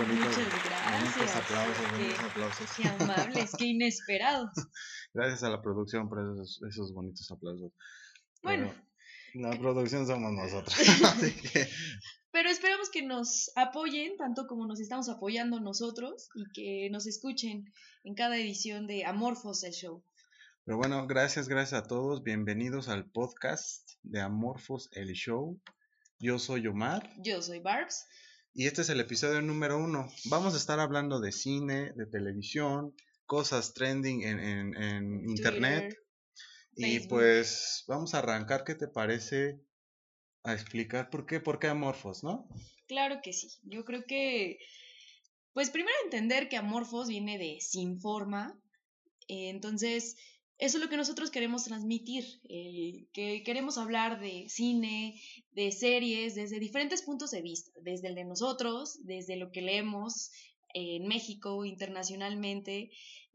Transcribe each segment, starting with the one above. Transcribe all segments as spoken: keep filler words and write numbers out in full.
bonitos, Muchas gracias. bonitos aplausos, Qué, bonitos aplausos. qué amables, qué inesperados. Gracias a la producción por esos, esos bonitos aplausos. Bueno, Pero la producción somos nosotros. Así que pero esperamos que nos apoyen tanto como nos estamos apoyando nosotros y que nos escuchen en cada edición de Amorphos el Show. Pero bueno, gracias, gracias a todos. Bienvenidos al podcast de Amorphos el Show. Yo soy Omar. Yo soy Barbs. Y este es el episodio número uno. Vamos a estar hablando de cine, de televisión, cosas trending en, en, en internet. Twitter, y Facebook. pues vamos a arrancar. ¿Qué te parece a explicar por qué, por qué Amorphos, no? Claro que sí. Yo creo que, pues primero entender que Amorphos viene de sin forma. Eh, entonces, eso es lo que nosotros queremos transmitir, eh, que queremos hablar de cine, de series, desde diferentes puntos de vista, desde el de nosotros, desde lo que leemos eh, en México, internacionalmente,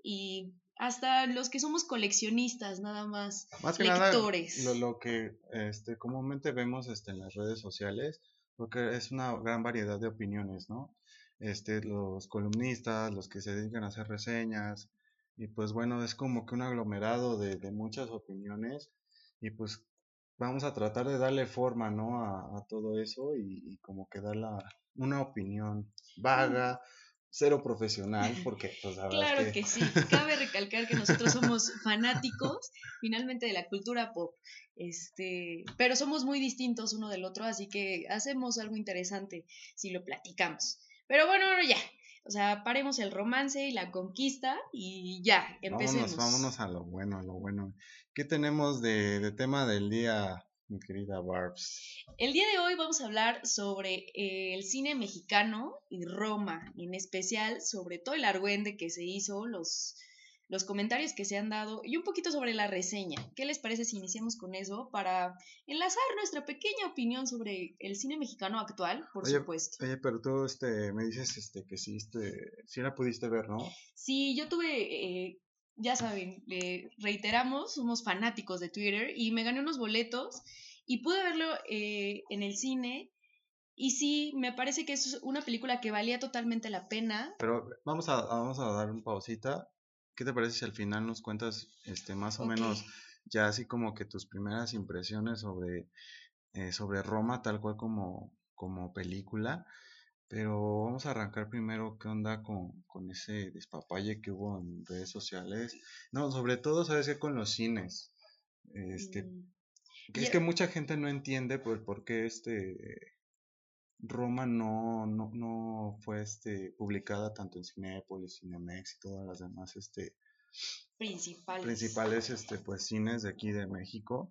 y hasta los que somos coleccionistas, nada más, Más que lectores. nada, lo, lo que este, comúnmente vemos este, en las redes sociales, porque es una gran variedad de opiniones, ¿no? Este, los columnistas, los que se dedican a hacer reseñas, y pues bueno, es como que un aglomerado de, de muchas opiniones, y pues vamos a tratar de darle forma, ¿no? A, a todo eso, y, y como que dar la, una opinión vaga, cero profesional, porque pues la verdad Claro es que... que sí, cabe recalcar que nosotros somos fanáticos finalmente de la cultura pop, este, pero somos muy distintos uno del otro, así que hacemos algo interesante si lo platicamos. Pero bueno, ya, o sea, paremos el romance y la conquista y ya, empecemos. Vámonos, vámonos a lo bueno, a lo bueno. ¿Qué tenemos de, de tema del día, mi querida Barbs? El día de hoy vamos a hablar sobre eh, el cine mexicano y Roma, y en especial sobre todo el argüende que se hizo, los, los comentarios que se han dado y un poquito sobre la reseña. ¿Qué les parece si iniciamos con eso para enlazar nuestra pequeña opinión sobre el cine mexicano actual, por Oye, supuesto? oye, pero tú este, me dices este, que sí, este, sí la pudiste ver, ¿no? Sí, yo tuve, eh, ya saben, eh, reiteramos, somos fanáticos de Twitter y me gané unos boletos y pude verlo eh, en el cine. Y sí, me parece que es una película que valía totalmente la pena. Pero vamos a, vamos a dar un pausita. ¿Qué te parece si al final nos cuentas este, más o Ok. menos ya así como que tus primeras impresiones sobre, eh, sobre Roma, tal cual como, como película? Pero vamos a arrancar primero qué onda con, con ese despapalle que hubo en redes sociales. No, sobre todo, ¿sabes qué? Con los cines. Este, Mm, que y, es que mucha gente no entiende por, por qué este Roma no, no, no fue este publicada tanto en Cinépolis, Cinemex y todas las demás este principales. principales este pues cines de aquí de México.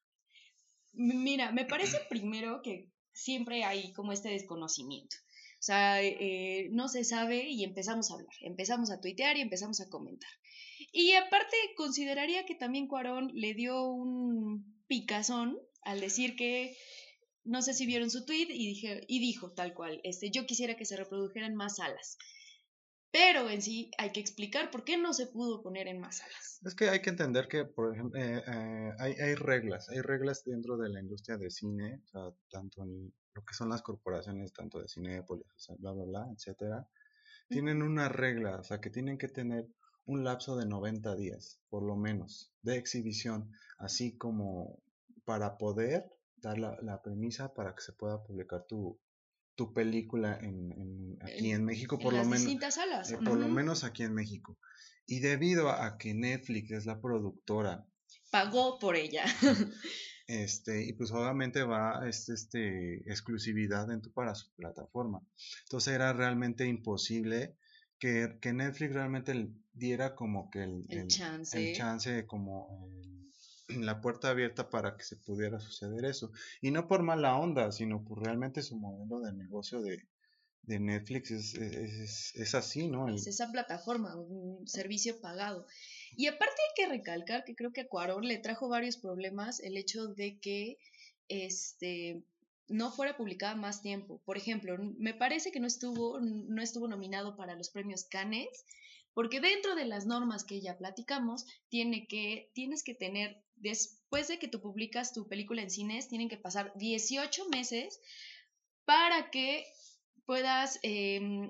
Mira, me parece primero que siempre hay como este desconocimiento. O sea, eh, no se sabe y empezamos a hablar, empezamos a tuitear y empezamos a comentar. Y aparte, consideraría que también Cuarón le dio un picazón al decir que, no sé si vieron su tweet y, dije, y dijo tal cual, este, yo quisiera que se reprodujeran más salas. Pero en sí hay que explicar por qué no se pudo poner en más salas. Es que hay que entender que, por ejemplo, eh, eh, hay, hay reglas, hay reglas dentro de la industria de cine, o sea, tanto en lo que son las corporaciones, tanto de Cinépolis, o sea, bla, bla, bla, etcétera, tienen una regla, o sea, que tienen que tener un lapso de noventa días, por lo menos, de exhibición, así como para poder dar la, la premisa para que se pueda publicar tu, tu película en, en- aquí en, En, México, en por lo las menos, distintas salas. eh, por lo Uh-huh. menos aquí en México. Y debido a que Netflix es la productora, Pagó por ella. este, y pues obviamente va este, este exclusividad dentro para su plataforma. Entonces era realmente imposible que, que Netflix realmente diera como que el, El el, chance. el chance, como el- la puerta abierta para que se pudiera suceder eso. Y no por mala onda, sino por realmente su modelo de negocio de, de Netflix es, es, es así, ¿no? El- Es esa plataforma, un servicio pagado. Y aparte hay que recalcar que creo que a Cuarón le trajo varios problemas el hecho de que este no fuera publicada más tiempo. Por ejemplo, me parece que no estuvo, no estuvo nominado para los premios Cannes, porque dentro de las normas que ya platicamos, tiene que, tienes que tener, después de que tú publicas tu película en cines, tienen que pasar dieciocho meses para que puedas eh,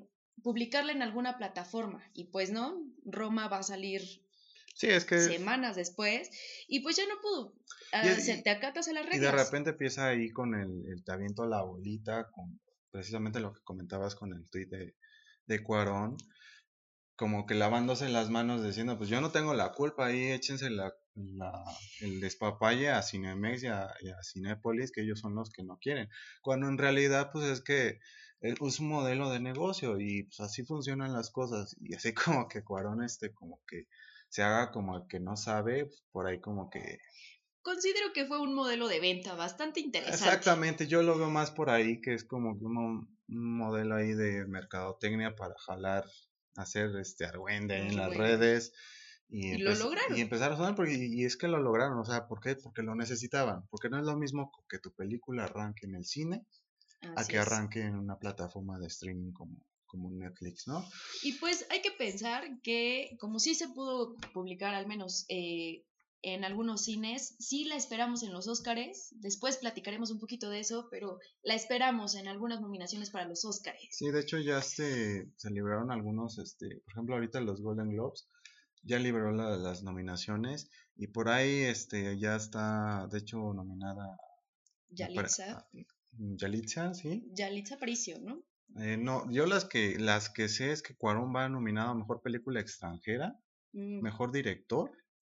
publicarla en alguna plataforma. Y pues no, Roma va a salir Sí, es que... semanas después y pues ya no pudo. Y, Uh, se y, te acatas a las y de reglas. repente empieza ahí con el, el te aviento la bolita, con precisamente lo que comentabas con el tuit de, de Cuarón, como que lavándose las manos diciendo, pues yo no tengo la culpa, ahí échense la, la, el despapalle a Cinemex y a, y a Cinépolis, que ellos son los que no quieren, cuando en realidad pues es que es un modelo de negocio y pues así funcionan las cosas, y así como que Cuarón este como que se haga como el que no sabe, pues, por ahí como que... Considero que fue un modelo de venta bastante interesante. Exactamente, yo lo veo más por ahí, que es como que uno, un modelo ahí de mercadotecnia para jalar, hacer este argüende en las redes y, y lo empe lograron. Y empezar a sonar, porque, y es que lo lograron, o sea, ¿por qué? Porque lo necesitaban, porque no es lo mismo que tu película arranque en el cine Así a que es. arranque en una plataforma de streaming como, como Netflix, ¿no? Y pues hay que pensar que como sí se pudo publicar al menos eh, en algunos cines, sí la esperamos en los Óscares, después platicaremos un poquito de eso, pero la esperamos en algunas nominaciones para los Óscares. Sí, de hecho ya este, se libraron algunos, este, por ejemplo ahorita los Golden Globes, ya liberó la, las nominaciones y por ahí este ya está, de hecho, nominada Yalitza. Yalitza, sí. Yalitza Aparicio, ¿no? Eh, no, yo las que las que sé es que Cuarón va nominado a Mejor Película Extranjera, mm. Mejor Director,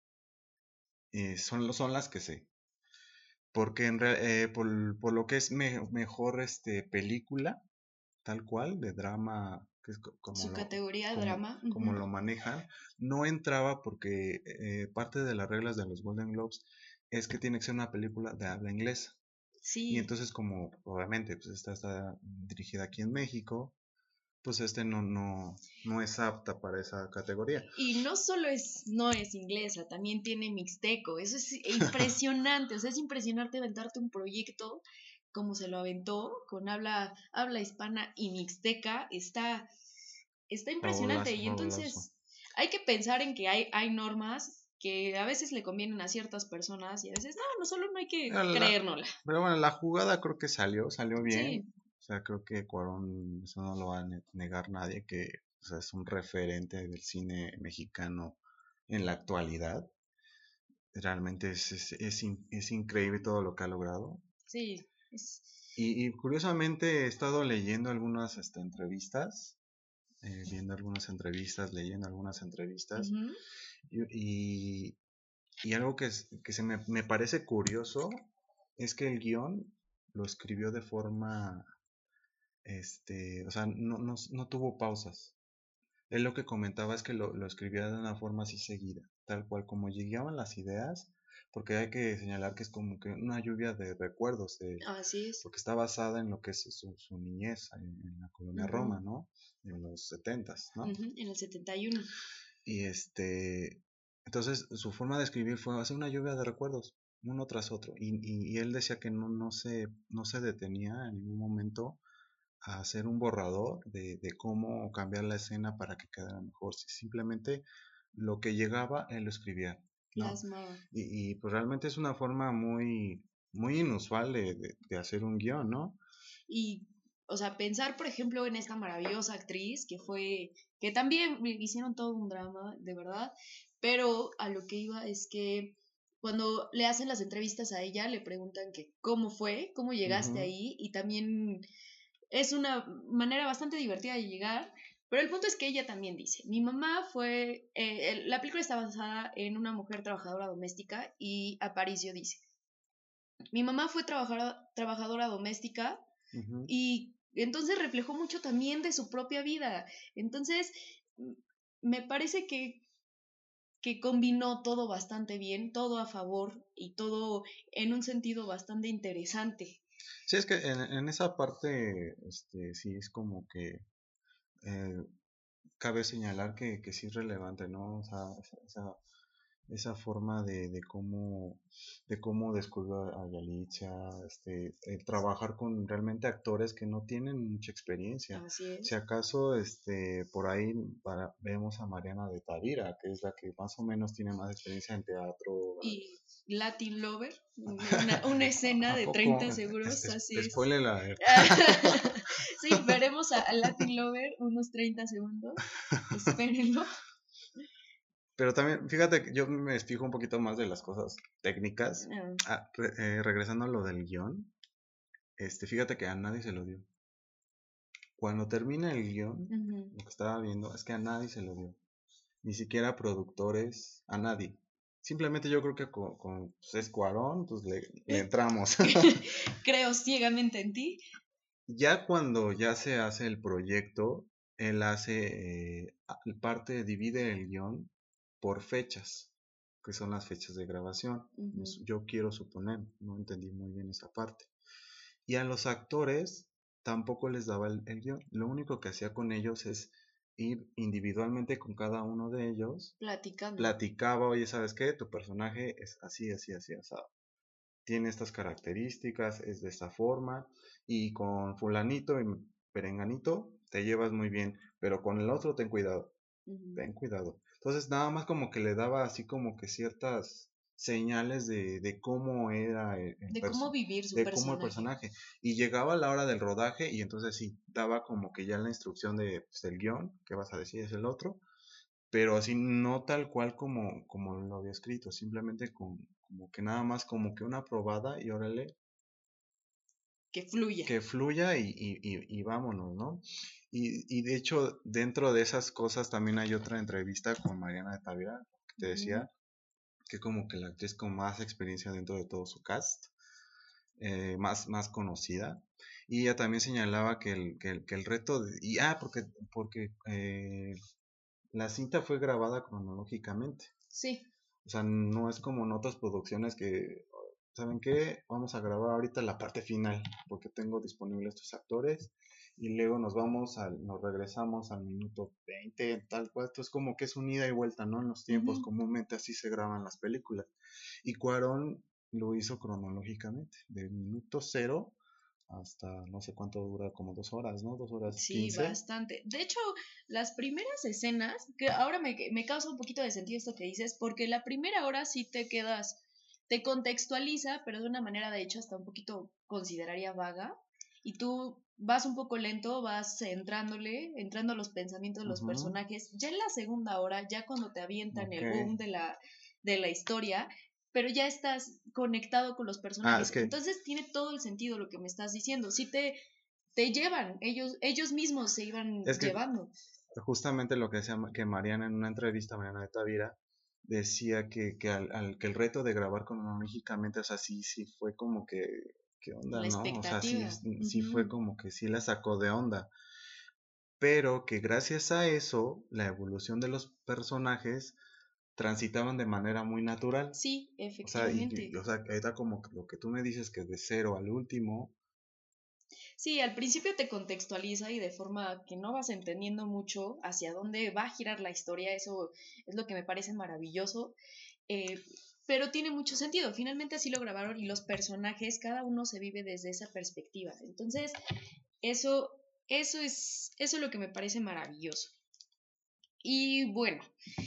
eh, son, son las que sé. Porque en eh, por, por, lo que es me, mejor este película, tal cual, de drama, que es como su lo, categoría de como, drama, como uh-huh. lo manejan, no entraba porque eh, parte de las reglas de los Golden Globes es que tiene que ser una película de habla inglesa. Sí. Y entonces como obviamente pues esta está dirigida aquí en México, pues este no, no, no es apta para esa categoría. Y no solo es, no es inglesa, también tiene mixteco. Eso es impresionante. O sea, es impresionante aventarte un proyecto como se lo aventó, con habla, habla hispana y mixteca. Está, está impresionante. Fabuloso, y entonces fabuloso. Hay que pensar en que hay, hay normas que a veces le convienen a ciertas personas y a veces no, no solo no hay que la, creérnosla. Pero bueno, la jugada creo que salió, salió bien. Sí. O sea, creo que Cuarón, eso no lo va a negar nadie, que o sea, es un referente del cine mexicano en la actualidad. Realmente es, es, es, es increíble todo lo que ha logrado. Sí. Es... Y, y curiosamente he estado leyendo algunas este, entrevistas, eh, viendo algunas entrevistas, leyendo algunas entrevistas, uh-huh. y, y, y algo que, es, que se me, me parece curioso es que el guión lo escribió de forma, este, o sea, no, no, no tuvo pausas. Él lo que comentaba es que lo, lo escribía de una forma así seguida, tal cual como llegaban las ideas, porque hay que señalar que es como que una lluvia de recuerdos, de, así es. porque está basada en lo que es su, su niñez en, en la colonia uh-huh. Roma, ¿no? En los setentas, ¿no? Uh-huh. En el setenta y uno. Y este, entonces su forma de escribir fue hacer una lluvia de recuerdos, uno tras otro, y, y, y él decía que no, no, se, no se detenía en ningún momento a hacer un borrador de, de cómo cambiar la escena para que quedara mejor. Simplemente lo que llegaba, él lo escribía, ¿no? Y, y pues realmente es una forma muy, muy inusual de, de, de hacer un guión, ¿no? Y, o sea, pensar, por ejemplo, en esta maravillosa actriz que fue, que también hicieron todo un drama, de verdad, pero a lo que iba es que cuando le hacen las entrevistas a ella, le preguntan que cómo fue, cómo llegaste uh-huh. ahí, y también es una manera bastante divertida de llegar, pero el punto es que ella también dice, mi mamá fue, eh, la película está basada en una mujer trabajadora doméstica y Aparicio dice, mi mamá fue trabajadora, trabajadora doméstica uh-huh. y entonces reflejó mucho también de su propia vida, entonces me parece que que combinó todo bastante bien, todo a favor y todo en un sentido bastante interesante. Sí, es que en, en esa parte, este, sí es como que eh, cabe señalar que, que sí es relevante, ¿no? O sea, esa, esa forma de, de cómo de cómo descubrió a Yalitza, este, eh, trabajar con realmente actores que no tienen mucha experiencia. Así Si es. acaso este por ahí para, vemos a Mariana de Tavira, que es la que más o menos tiene más experiencia en teatro. Y Latin Lover, una, una escena ¿A de poco? treinta Es, segundos, es- así es. spoiler alert. Sí, veremos a, a Latin Lover unos treinta segundos. Espérenlo. Pero también, fíjate que yo me fijo un poquito más de las cosas técnicas. Ah, Ah, re- eh, regresando a lo del guión, este, fíjate que a nadie se lo dio. Cuando termina el guión, ujú. lo que estaba viendo es que a nadie se lo dio. Ni siquiera a productores, a nadie. Simplemente yo creo que con, con pues es Cuarón, pues le, le entramos. Creo ciegamente en ti. Ya cuando ya se hace el proyecto, él hace eh, a- parte, divide el guión por fechas, que son las fechas de grabación. Ujú. Nos- Yo quiero suponer, no entendí muy bien esa parte. Y a los actores tampoco les daba el, el guión. Lo único que hacía con ellos es ir individualmente con cada uno de ellos, Platicando. platicaba, oye, ¿sabes qué? Tu personaje es así, así, así, así, tiene estas características, es de esta forma, y con fulanito y perenganito te llevas muy bien, pero con el otro ten cuidado, Ujú. ten cuidado. Entonces nada más como que le daba así como que ciertas señales de, de cómo era el, el De cómo perso- vivir su de cómo el personaje. personaje. Y llegaba la hora del rodaje y entonces sí, daba como que ya la instrucción de, pues, del guión, que vas a decir es el otro, pero así no tal cual como, como lo había escrito, simplemente con, como que nada más como que una probada y órale, Que fluya. que fluya y, y, y, y vámonos, ¿no? Y, y de hecho, dentro de esas cosas también hay otra entrevista con Mariana de Tavira, que te Ujú. decía, que como que la actriz con más experiencia dentro de todo su cast, eh, más, más conocida. Y ella también señalaba que el, que el, que el reto, de, y ah, porque, porque eh, la cinta fue grabada cronológicamente. Sí. O sea, no es como en otras producciones que, ¿saben qué? Vamos a grabar ahorita la parte final, porque tengo disponibles estos actores, y luego nos vamos al, nos regresamos al minuto veinte, tal cual. Esto es como que es un ida y vuelta, ¿no? En los tiempos, Ujú. comúnmente así se graban las películas. Y Cuarón lo hizo cronológicamente, del minuto cero hasta no sé cuánto dura, como dos horas, ¿no? Dos horas Sí, quince. bastante. De hecho, las primeras escenas, que ahora me, me causa un poquito de sentido esto que dices, porque la primera hora sí te quedas, te contextualiza, pero de una manera de hecho hasta un poquito consideraría vaga, y tú vas un poco lento, vas entrándole, entrando a los pensamientos de los Ujú. personajes. Ya en la segunda hora, ya cuando te avientan Ok. el boom de la, de la historia, pero ya estás conectado con los Ah, es personajes. que Entonces tiene todo el sentido lo que me estás diciendo. Sí te te llevan, ellos, ellos mismos se iban es que llevando. justamente lo que decía que Mariana en una entrevista, Mariana de Tavira, decía que, que, al, al- que el reto de grabar cronológicamente, o sea, sí, sí fue como que, ¿qué onda, La no? O sea, sí, expectativa. sí fue Ujú. como que sí la sacó de onda, pero que gracias a eso, la evolución de los personajes transitaban de manera muy natural. Sí, O sea, y, efectivamente. y- o sea, ahorita como que lo que tú me dices que de cero al último, Sí, al principio te contextualiza y de forma que no vas entendiendo mucho hacia dónde va a girar la historia, eso es lo que me parece maravilloso, eh, pero tiene mucho sentido, finalmente así lo grabaron y los personajes, cada uno se vive desde esa perspectiva, entonces eso, eso es, eso es lo que me parece maravilloso. Y bueno,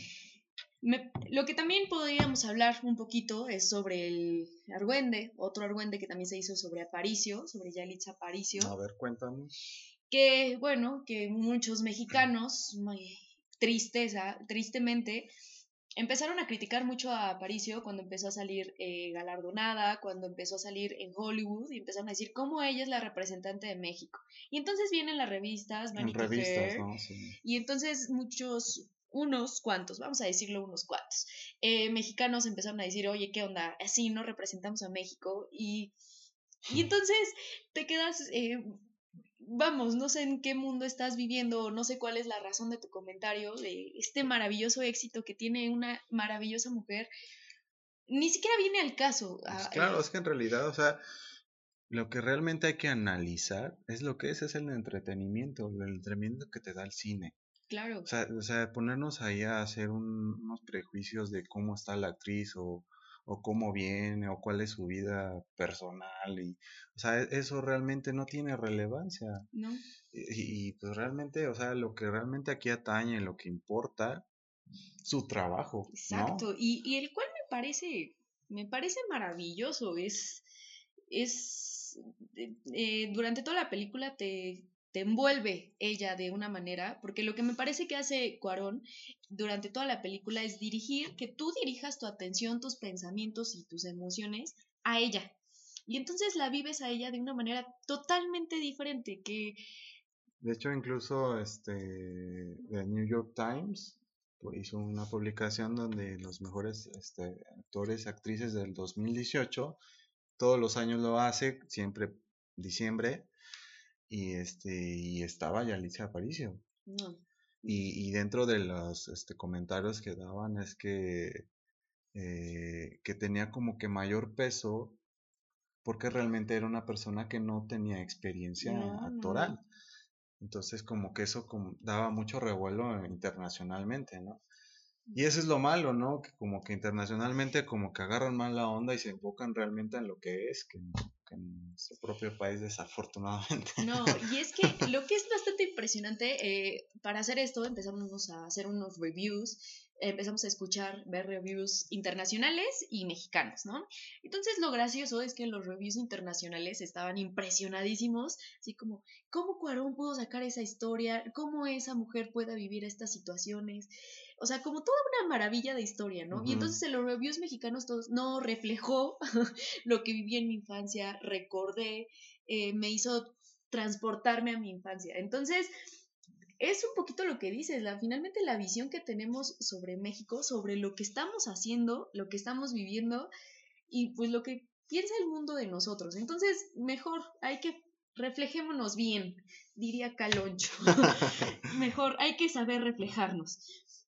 Me- lo que también podríamos hablar un poquito es sobre el Argüende, otro Argüende que también se hizo sobre Aparicio, sobre Yalitza Aparicio, a ver, cuéntame. que bueno, que muchos mexicanos, muy tristeza, tristemente, empezaron a criticar mucho a Aparicio cuando empezó a salir eh, galardonada, cuando empezó a salir en Hollywood y empezaron a decir cómo ella es la representante de México. Y entonces vienen las revistas, En Vanity revistas, Fair, ¿no? Sí. y entonces muchos, unos cuantos, vamos a decirlo unos cuantos, eh, mexicanos empezaron a decir, oye, ¿qué onda? Así no representamos a México. Y, y entonces te quedas, eh, vamos, no sé en qué mundo estás viviendo, no sé cuál es la razón de tu comentario, de este maravilloso éxito que tiene una maravillosa mujer. Ni siquiera viene al caso. Pues Ah, claro, eh, es que en realidad, o sea, lo que realmente hay que analizar es lo que es, es el entretenimiento, el entretenimiento que te da el cine. Claro. O sea, o sea, ponernos ahí a hacer un- unos prejuicios de cómo está la actriz o, o cómo viene o cuál es su vida personal y, o sea, e- eso realmente no tiene relevancia. ¿No? Y, y, pues realmente, o sea, lo que realmente aquí atañe, lo que importa, su trabajo, ¿no? Exacto. Y, y el cual me parece, me parece maravilloso. Es, es, eh, eh, durante toda la película te, te envuelve ella de una manera, porque lo que me parece que hace Cuarón durante toda la película es dirigir, que tú dirijas tu atención, tus pensamientos y tus emociones a ella. Y entonces la vives a ella de una manera totalmente diferente, que De hecho, incluso este, The New York Times pues, hizo una publicación donde los mejores este, actores y actrices del dos mil dieciocho, todos los años lo hace, siempre diciembre, y este y estaba Yalitza Aparicio. no. Y, y dentro de los este, comentarios que daban es que, eh, que tenía como que mayor peso porque realmente era una persona que no tenía experiencia No, no, no. actoral. Entonces como que eso como daba mucho revuelo internacionalmente, ¿no? Y eso es lo malo, ¿no? Que como que internacionalmente como que agarran mal la onda y se enfocan realmente en lo que es, que, que en nuestro propio país desafortunadamente. No, y es que lo que es bastante impresionante, eh, para hacer esto empezamos a hacer unos reviews, eh, empezamos a escuchar, ver reviews internacionales y mexicanos, ¿no? Entonces lo gracioso es que los reviews internacionales estaban impresionadísimos, así como, ¿cómo Cuarón pudo sacar esa historia? ¿Cómo esa mujer puede vivir estas situaciones? O sea, como toda una maravilla de historia, ¿no? Y Ujú. entonces en los reviews mexicanos todos, no, reflejó lo que viví en mi infancia, recordé, eh, me hizo transportarme a mi infancia. Entonces, es un poquito lo que dices, la, finalmente la visión que tenemos sobre México, sobre lo que estamos haciendo, lo que estamos viviendo y pues lo que piensa el mundo de nosotros. Entonces, mejor hay que reflejémonos bien, diría Caloncho. Mejor hay que saber reflejarnos.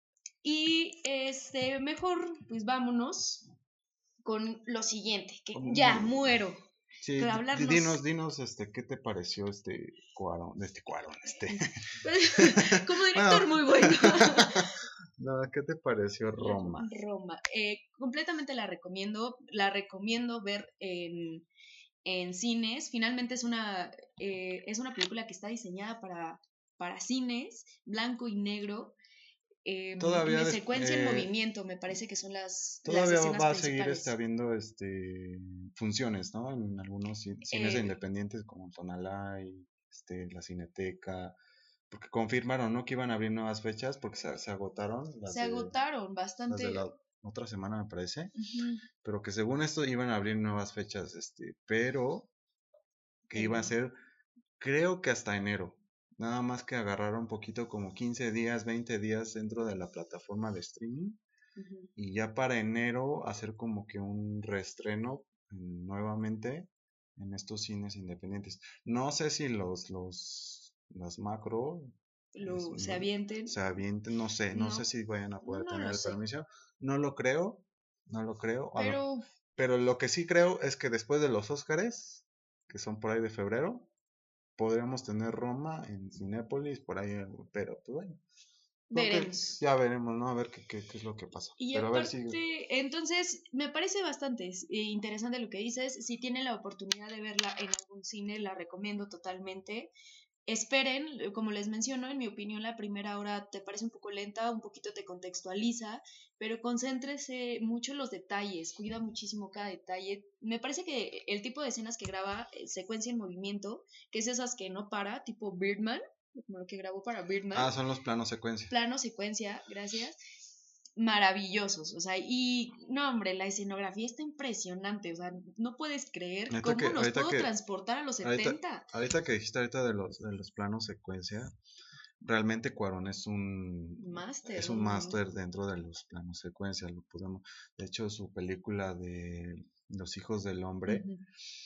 Y este, mejor pues vámonos con lo siguiente, que ya Um, muero. Sí, Que di- di- hablarnos dinos, dinos, este, ¿qué te pareció este Cuarón, este Cuarón, este? como Bueno, director muy bueno. no, ¿qué te pareció Roma? Roma. Eh, completamente la recomiendo. La recomiendo ver en, en cines. Finalmente es una, eh, es una película que está diseñada para, para cines, blanco y negro. Eh, Todavía, me des- secuencia en eh, movimiento, me parece que son las, las todavía escenas va a seguir este, principales. habiendo este, funciones, ¿no? En algunos ci- cines Eh, independientes como Tonalá y este, la Cineteca, porque confirmaron, ¿no? Que iban a abrir nuevas fechas porque se, se agotaron las se de, agotaron las de bastante. la otra semana, me parece, Uh-huh, pero que según esto iban a abrir nuevas fechas, este, pero que iba a pero. ser, creo que hasta enero. Nada más que agarrar un poquito como quince días, veinte días dentro de la plataforma de streaming Uh-huh. y ya para enero hacer como que un reestreno mm, nuevamente en estos cines independientes. No sé si los los las macro es- Lo, se no- avienten. se avienten, no sé, no sé No, si vayan a poder no tener lo el sé. permiso. No lo creo, no lo creo. a lo- Pero pero lo que sí creo es que después de los Óscares, que son por ahí de febrero, podríamos tener Roma en Cinépolis, por ahí, pero pues bueno, no que veremos. ya veremos, ¿no? A ver qué, qué, qué es lo que pasa. Y Pero a ver si aparte, entonces, me parece bastante eh, interesante lo que dices. Si tienen la oportunidad de verla en algún cine, la recomiendo totalmente. Esperen, eh, como les menciono, en mi opinión, la primera hora te parece un poco lenta, un poquito te contextualiza, pero concéntrese mucho en los detalles, cuida muchísimo cada detalle. Me parece que el tipo de escenas que graba, eh, secuencia en movimiento, que es esas que no para, tipo Birdman, como lo que grabó para Birdman, Ah, son los planos secuencia. plano, secuencia, gracias, maravillosos, o sea, y no, hombre, la escenografía está impresionante, o sea, no puedes creer Ahorita cómo que, nos ahorita puedo que, transportar a los ahorita, setenta. ahorita que dijiste ahorita de los, de los planos secuencia, realmente Cuarón es un, Máster, es un un... máster dentro de los planos secuencia. Lo podemos, de hecho, su película de Los Hijos del Hombre Ujú.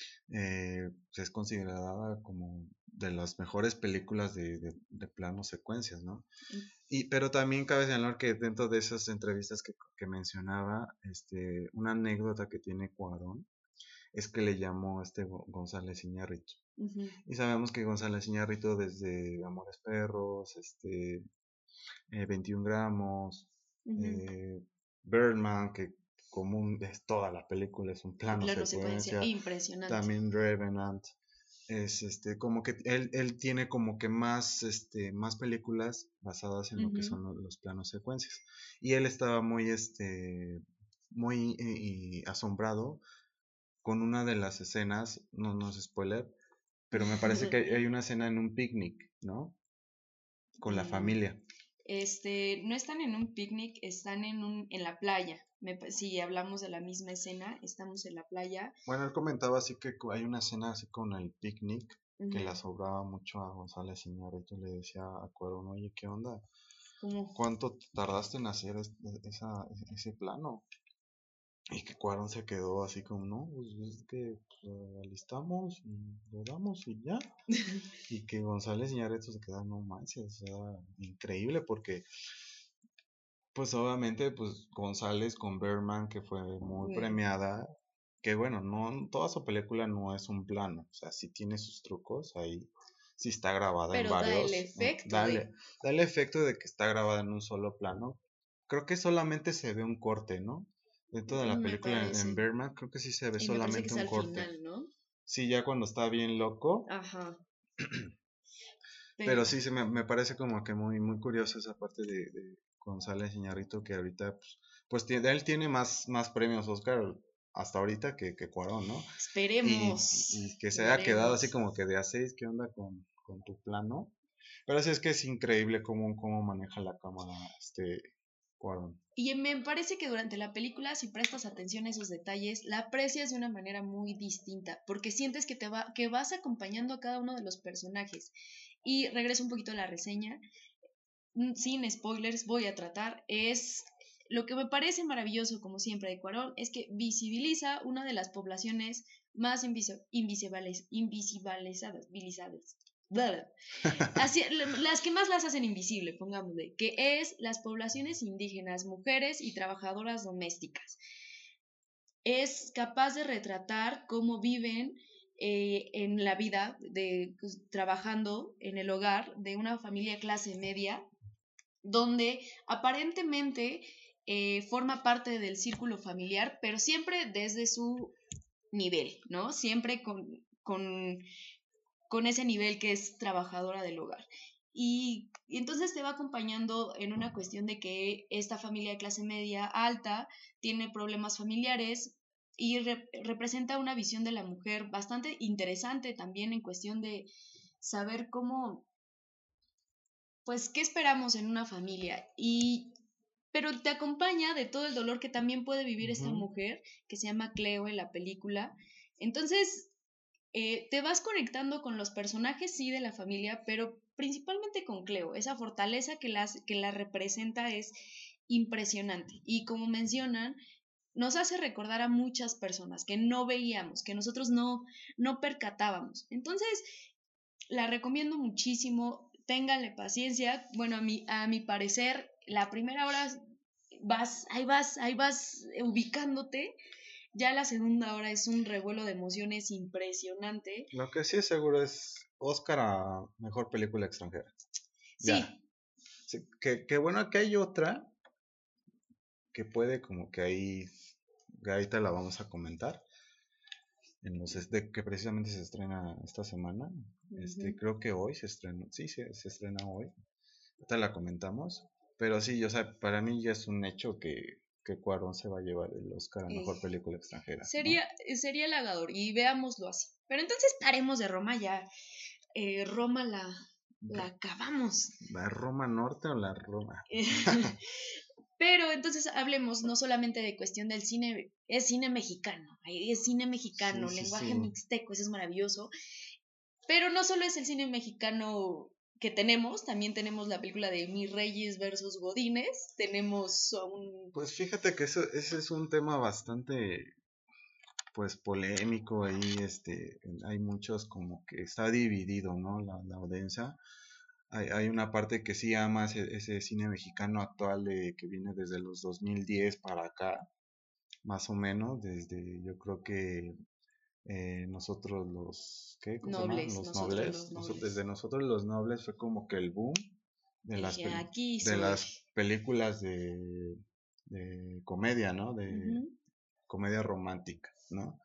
eh, es considerada como de las mejores películas de, de, de planos secuencias, ¿no? Y, pero también cabe señalar que dentro de esas entrevistas que, que mencionaba, este, una anécdota que tiene Cuarón es que le llamó a este González Iñárritu. Ujú. Y sabemos que González Iñárritu desde Amores Perros, este, eh, veintiún gramos, Ujú. eh, Birdman, que común es toda la película, es un Un plano plano secuencia secuencia, impresionante. también Revenant, es este, como que él, él tiene como que más, este, más películas basadas en lo que Ujú. son los, los planos secuencias. Y él estaba muy, este, muy eh, asombrado con una de las escenas, no, no es spoiler, pero me parece que hay, hay una escena en un picnic, ¿no? Con la Mm, familia. Este, no están en un picnic, están en un, en la playa. Me pa- si hablamos de la misma escena, estamos en la playa. Bueno, él comentaba así que cu- hay una escena así con el picnic que Ujú. la sobraba mucho a González Iñárritu. Le decía a Cuarón, oye, ¿qué onda? Como, ¿Cuánto te tardaste en hacer es- esa, ese plano? Y que Cuarón se quedó así como, no, pues es que pues, alistamos y lo damos y ya. Y que González Iñárritu se queda, no manches, o sea, increíble porque pues obviamente, pues González con Berman, que fue muy mm, premiada, que bueno, no, toda su película no es un plano, o sea, sí tiene sus trucos ahí, sí está grabada en pero da el varios, mm, efecto dale, de, da el efecto de que está grabada en un solo plano. Creo que solamente se ve un corte, ¿no? Dentro de la me película en, en parece, Berman, creo que sí se ve y me parece que solamente es un al corte. final, ¿no? Sí, ya cuando está bien loco, Ajá, pero pero, sí, se me, me parece como que muy, muy curioso esa parte de, de González Iñárritu que ahorita, pues, pues tiene, él tiene más, más premios Oscar hasta ahorita que, que Cuarón, ¿no? Y, esperemos, y que se haya quedado así veremos. como que de a seis, ¿qué onda con, con tu plano? Pero sí es que es increíble cómo, cómo maneja la cámara este Cuarón. Y me parece que durante la película, si prestas atención a esos detalles, la aprecias de una manera muy distinta, porque sientes que te va, que vas acompañando a cada uno de los personajes. Y regreso un poquito a la reseña, mm, sin spoilers, voy a tratar, es lo que me parece maravilloso, como siempre, de Cuarón, es que visibiliza una de las poblaciones más invisi- invisibles, invisibilizadas, visibilizadas, bla, así, las que más las hacen invisible, pongámosle, que es las poblaciones indígenas, mujeres y trabajadoras domésticas. Es capaz de retratar cómo viven eh, en la vida, de, pues, trabajando en el hogar de una familia clase media, donde aparentemente eh, forma parte del círculo familiar, pero siempre desde su nivel, ¿no? Siempre con, con con ese nivel que es trabajadora del hogar. Y, y, entonces te va acompañando en una cuestión de que esta familia de clase media alta tiene problemas familiares y re representa una visión de la mujer bastante interesante también en cuestión de saber cómo, pues, qué esperamos en una familia. Y pero te acompaña de todo el dolor que también puede vivir esta Ujú. mujer, que se llama Cleo en la película. Entonces, eh, te vas conectando con los personajes, sí, de la familia, pero principalmente con Cleo. Esa fortaleza que, las, que la representa es impresionante. Y como mencionan, nos hace recordar a muchas personas que no veíamos, que nosotros no, no percatábamos. Entonces, la recomiendo muchísimo. Ténganle paciencia. Bueno, a mi, a mi parecer, la primera hora vas, ahí vas, ahí vas ubicándote. Ya la segunda hora es un revuelo de emociones impresionante. Lo que sí es seguro es Oscar a mejor película extranjera. Ya. Sí, Sí, que, que bueno, que hay otra que puede como que ahí, que ahorita la vamos a comentar, en los es- de que precisamente se estrena esta semana. Este, ujú. creo que hoy se estrena, sí, se, se estrena hoy. Ahorita la comentamos. Pero sí, o sea, para mí ya es un hecho que, que Cuarón se va a llevar el Oscar a Eh, mejor película extranjera, ¿no? sería, sería halagador y veámoslo así. Pero entonces haremos de Roma ya. Eh, Roma la, la acabamos. ¿La Roma Norte o la Roma? Pero entonces hablemos no solamente de cuestión del cine, es cine mexicano, es cine Sí, mexicano, sí, lenguaje sí. mixteco, eso es maravilloso. Pero no solo es el cine mexicano que tenemos, también tenemos la película de Mis Reyes versus Godines, tenemos a un... Pues fíjate que eso, ese es un tema bastante pues polémico ahí, este, hay muchos como que está dividido, ¿no? La, la audiencia. Hay, hay una parte que sí ama ese, ese cine mexicano actual de, que viene desde los dos mil diez para acá, más o menos, desde yo creo que eh, nosotros los, ¿qué? ¿Cómo se llama? Nobles, Los nosotros nobles. los Noso- nobles. desde nosotros los nobles fue como que el boom de las, Dije, pel- aquí de soy. las películas de, de comedia, ¿no? De Ujú. comedia romántica, ¿no?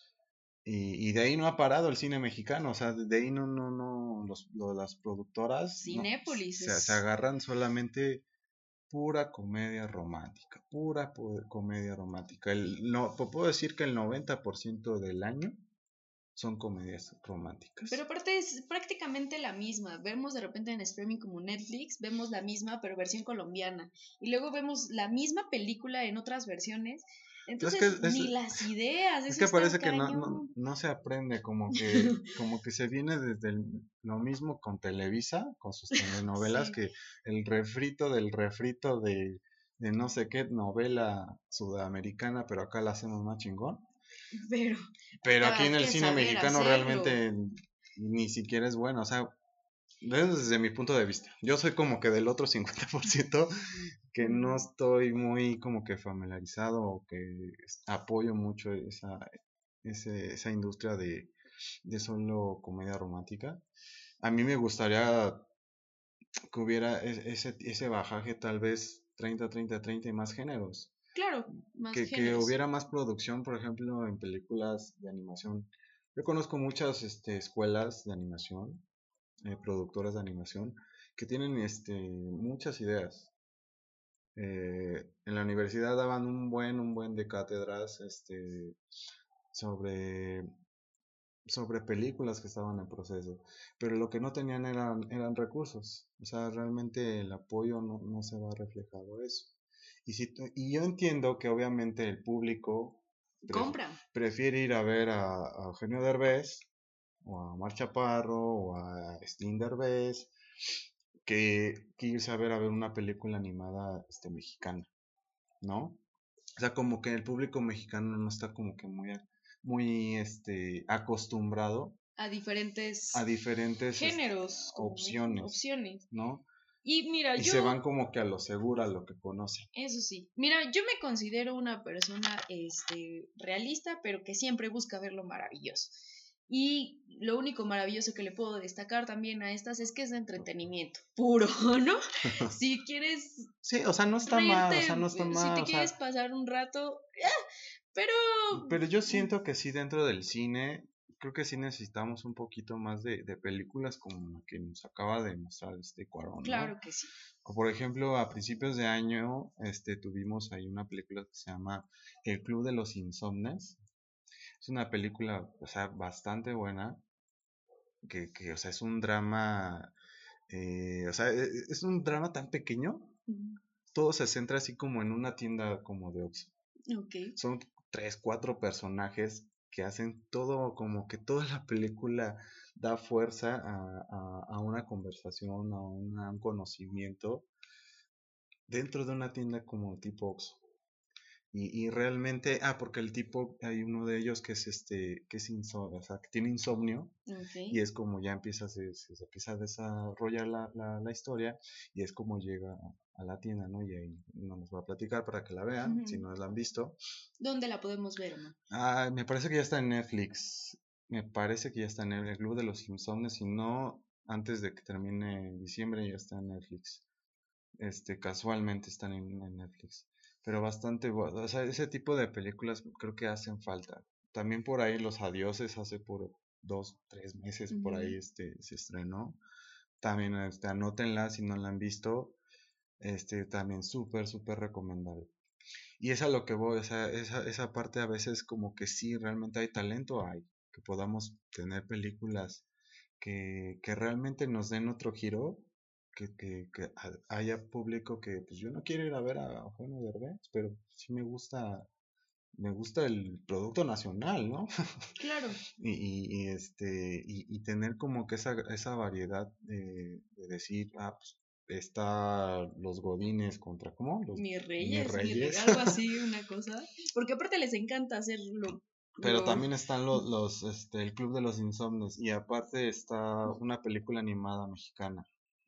Y, y de ahí no ha parado el cine mexicano, o sea, de ahí no, no, no, los, lo- las productoras no, Cinépolis se, se es, agarran solamente pura comedia romántica, pura pu- comedia romántica. El, no, pu- puedo decir que el noventa por ciento del año son comedias pero románticas. aparte es prácticamente la misma. Vemos de repente en streaming como Netflix, vemos la misma pero versión colombiana. Y luego vemos la misma película en otras versiones. Pues es que Entonces, es, ni las ideas, es eso que está parece que no, no, cañón. no se aprende, como que, como que se viene desde el- lo mismo con Televisa, con sus telenovelas, Sí, que el refrito del refrito de, de no sé qué novela sudamericana, pero acá la hacemos más chingón. pero Pero aquí hay en el que cine saber mexicano hacerlo. realmente ni siquiera es bueno, o sea, eso desde mi punto de vista. Yo soy como que del otro cincuenta por ciento que no Mm, estoy muy como que familiarizado o que apoyo mucho esa, ese- esa industria de, de solo comedia romántica. A mí me gustaría que hubiera e- ese, ese bajaje tal vez treinta treinta treinta y más géneros. claro, más Que, que géneros. hubiera más producción, por ejemplo, en películas de animación. Yo conozco muchas este, escuelas de animación, eh, productoras de animación, que tienen este, muchas ideas. Eh, en la universidad daban un buen, un buen de cátedras este, sobre, sobre películas que estaban en proceso, pero lo que no tenían eran, eran recursos. O sea, realmente el apoyo no, no se va reflejado eso. Y, si, tú- y yo entiendo que obviamente el público pref- Compra. prefiere ir a ver a, a Eugenio Derbez o a Omar Chaparro o a Sting Derbez que, que irse a ver a ver una película animada este, mexicana, ¿no? O sea, como que el público mexicano no está como que muy, muy este, acostumbrado A a diferentes diferentes este, géneros, como me- opciones, opciones. ¿no? Y mira, Y yo, se van como que a lo seguro, a lo que conocen. eso sí, mira, yo me considero una persona este, realista, pero que siempre busca ver lo maravilloso. Y lo único maravilloso que le puedo destacar también a estas es que es de entretenimiento puro, ¿no? Si quieres Sí, o sea, no está mal, o sea, reírte, no está eh, si mal, te o quieres sea, pasar un rato, ah, pero pero yo siento que sí dentro del cine, creo que sí necesitamos un poquito más de, de películas como la que nos acaba de mostrar este Cuarón, ¿no? claro que sí. O por ejemplo, a principios de año, este, tuvimos ahí una película que se llama El Club de los Insomnes. Es una película, o sea, bastante buena, que, que o sea, es un drama, eh, o sea, e- e- es un drama tan pequeño, todo se centra así como en una tienda como de Oxxo. Ok. Son tres, cuatro personajes que hacen todo, como que toda la película da fuerza a, a- a una conversación, a una- un conocimiento dentro de una tienda como tipo Oxxo. Y, y realmente, ah, porque el tipo, hay uno de ellos que es este, que es insomnio, o sea, que tiene insomnio, Ok. y es como ya empieza, se, se, se empieza a desarrollar la, la, la historia, y es como llega a la tienda, ¿no? Y ahí no nos va a platicar para que la vean, si Ujú. no la han visto. ¿Dónde la podemos ver, Omar? Ah, me parece que ya está en Netflix. Me parece que ya está en el Club de los Insomnes. Si no, antes de que termine diciembre ya está en Netflix. Este, casualmente están en, en Netflix. Pero bastante bueno. O sea, ese tipo de películas creo que hacen falta. También por ahí Los Adioses hace por dos, tres meses por ahí Ujú. este se estrenó. También este, anótenla si no la han visto. Este, también súper, súper recomendable. Y es a lo que voy, o sea, esa, esa parte a veces como que sí, realmente hay talento, hay, que podamos tener películas que, que realmente nos den otro giro, que, que, que ha- haya público que, pues yo no quiero ir a ver a Eugenio Derbez, pero sí me gusta, me gusta el producto nacional, ¿no? Claro. Y, y, y, este, y, y tener como que esa, esa variedad de, de decir, ah, pues está los Godines contra, ¿cómo? Los Mis mis reyes, mi rey, Reyes. algo así, una cosa. Porque aparte les encanta hacer lo, Pero lo... también están los, los, este, el Club de los Insomnes y aparte está una película animada mexicana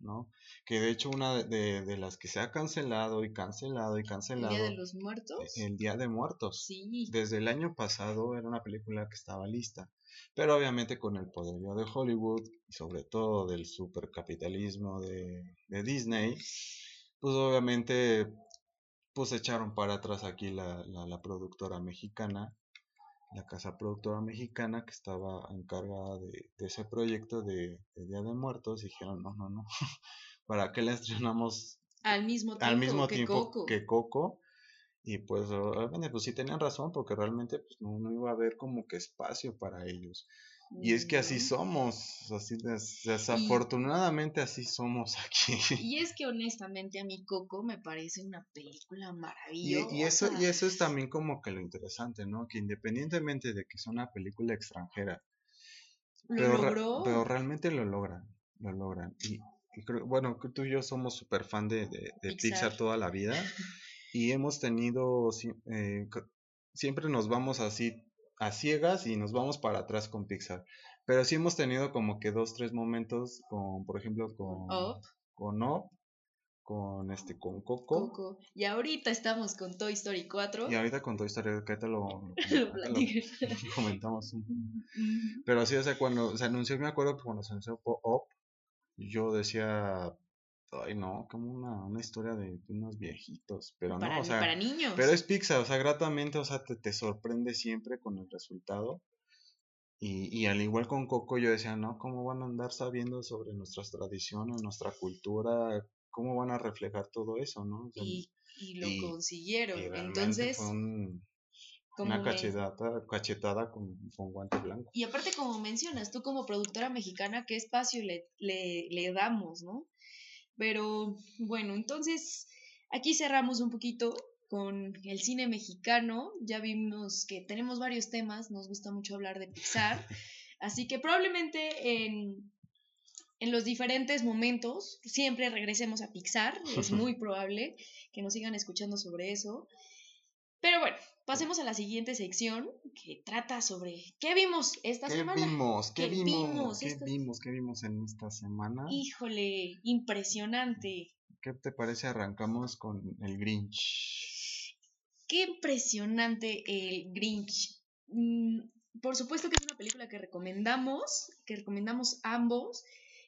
¿no? Que de hecho una de, de, de las que se ha cancelado y cancelado y cancelado. ¿El Día de los Muertos? El Día de Muertos. Sí. Desde el año pasado era una película que estaba lista. Pero obviamente con el poderío de Hollywood y sobre todo del supercapitalismo de, de Disney, pues obviamente pues echaron para atrás aquí la, la, la productora mexicana, la casa productora mexicana que estaba encargada de, de ese proyecto de, de Día de Muertos, y dijeron no, no, no, ¿para qué la estrenamos al mismo tiempo, al mismo que, tiempo Coco. que Coco? Y pues obviamente pues sí tenían razón, porque realmente pues no, no iba a haber como que espacio para ellos. Y es que así somos, así des, desafortunadamente y, así somos aquí. Y es que honestamente a mí Coco me parece una película maravillosa. Y, y, eso, y eso es también como que lo interesante, ¿no? Que independientemente de que sea una película extranjera, ¿Lo pero, logró? pero realmente lo logran, lo logran. Y, y creo, bueno, tú y yo somos súper fan de, de, de Pixar. Pixar toda la vida. Y hemos tenido, eh, siempre nos vamos así a ciegas y nos vamos para atrás con Pixar. Pero sí hemos tenido como que dos, tres momentos con, por ejemplo, con Up, con, Up, con este, con Coco. Coco. Y ahorita estamos con Toy Story cuatro. Y ahorita con Toy Story, que te lo, lo, lo, lo comentamos. Pero sí, o sea, cuando se anunció, me acuerdo que cuando se anunció Up, yo decía, ay no, como una, una historia de unos viejitos, pero para, no, o sea, para niños. Pero es Pixar, o sea, gratamente, o sea, te, te sorprende siempre con el resultado. Y, y al igual con Coco, yo decía, no, ¿cómo van a andar sabiendo sobre nuestras tradiciones, nuestra cultura? ¿Cómo van a reflejar todo eso, no? O sea, y, y lo y, consiguieron. Y Entonces, fue un, una cachetada, cachetada con, con guante blanco. Y aparte, como mencionas, tú como productora mexicana, ¿qué espacio le, le, le damos, no? Pero bueno, entonces aquí cerramos un poquito con el cine mexicano. Ya vimos que tenemos varios temas, nos gusta mucho hablar de Pixar, así que probablemente en, en los diferentes momentos siempre regresemos a Pixar, es muy probable que nos sigan escuchando sobre eso. Pero bueno, pasemos a la siguiente sección que trata sobre qué vimos esta ¿Qué semana. Vimos? ¿Qué, ¿Qué vimos? vimos? ¿Qué esta... vimos? ¿Qué vimos en esta semana? Híjole, impresionante. ¿Qué te parece? Arrancamos con el Grinch. Qué impresionante el Grinch. Mm, por supuesto que es una película que recomendamos, que recomendamos ambos.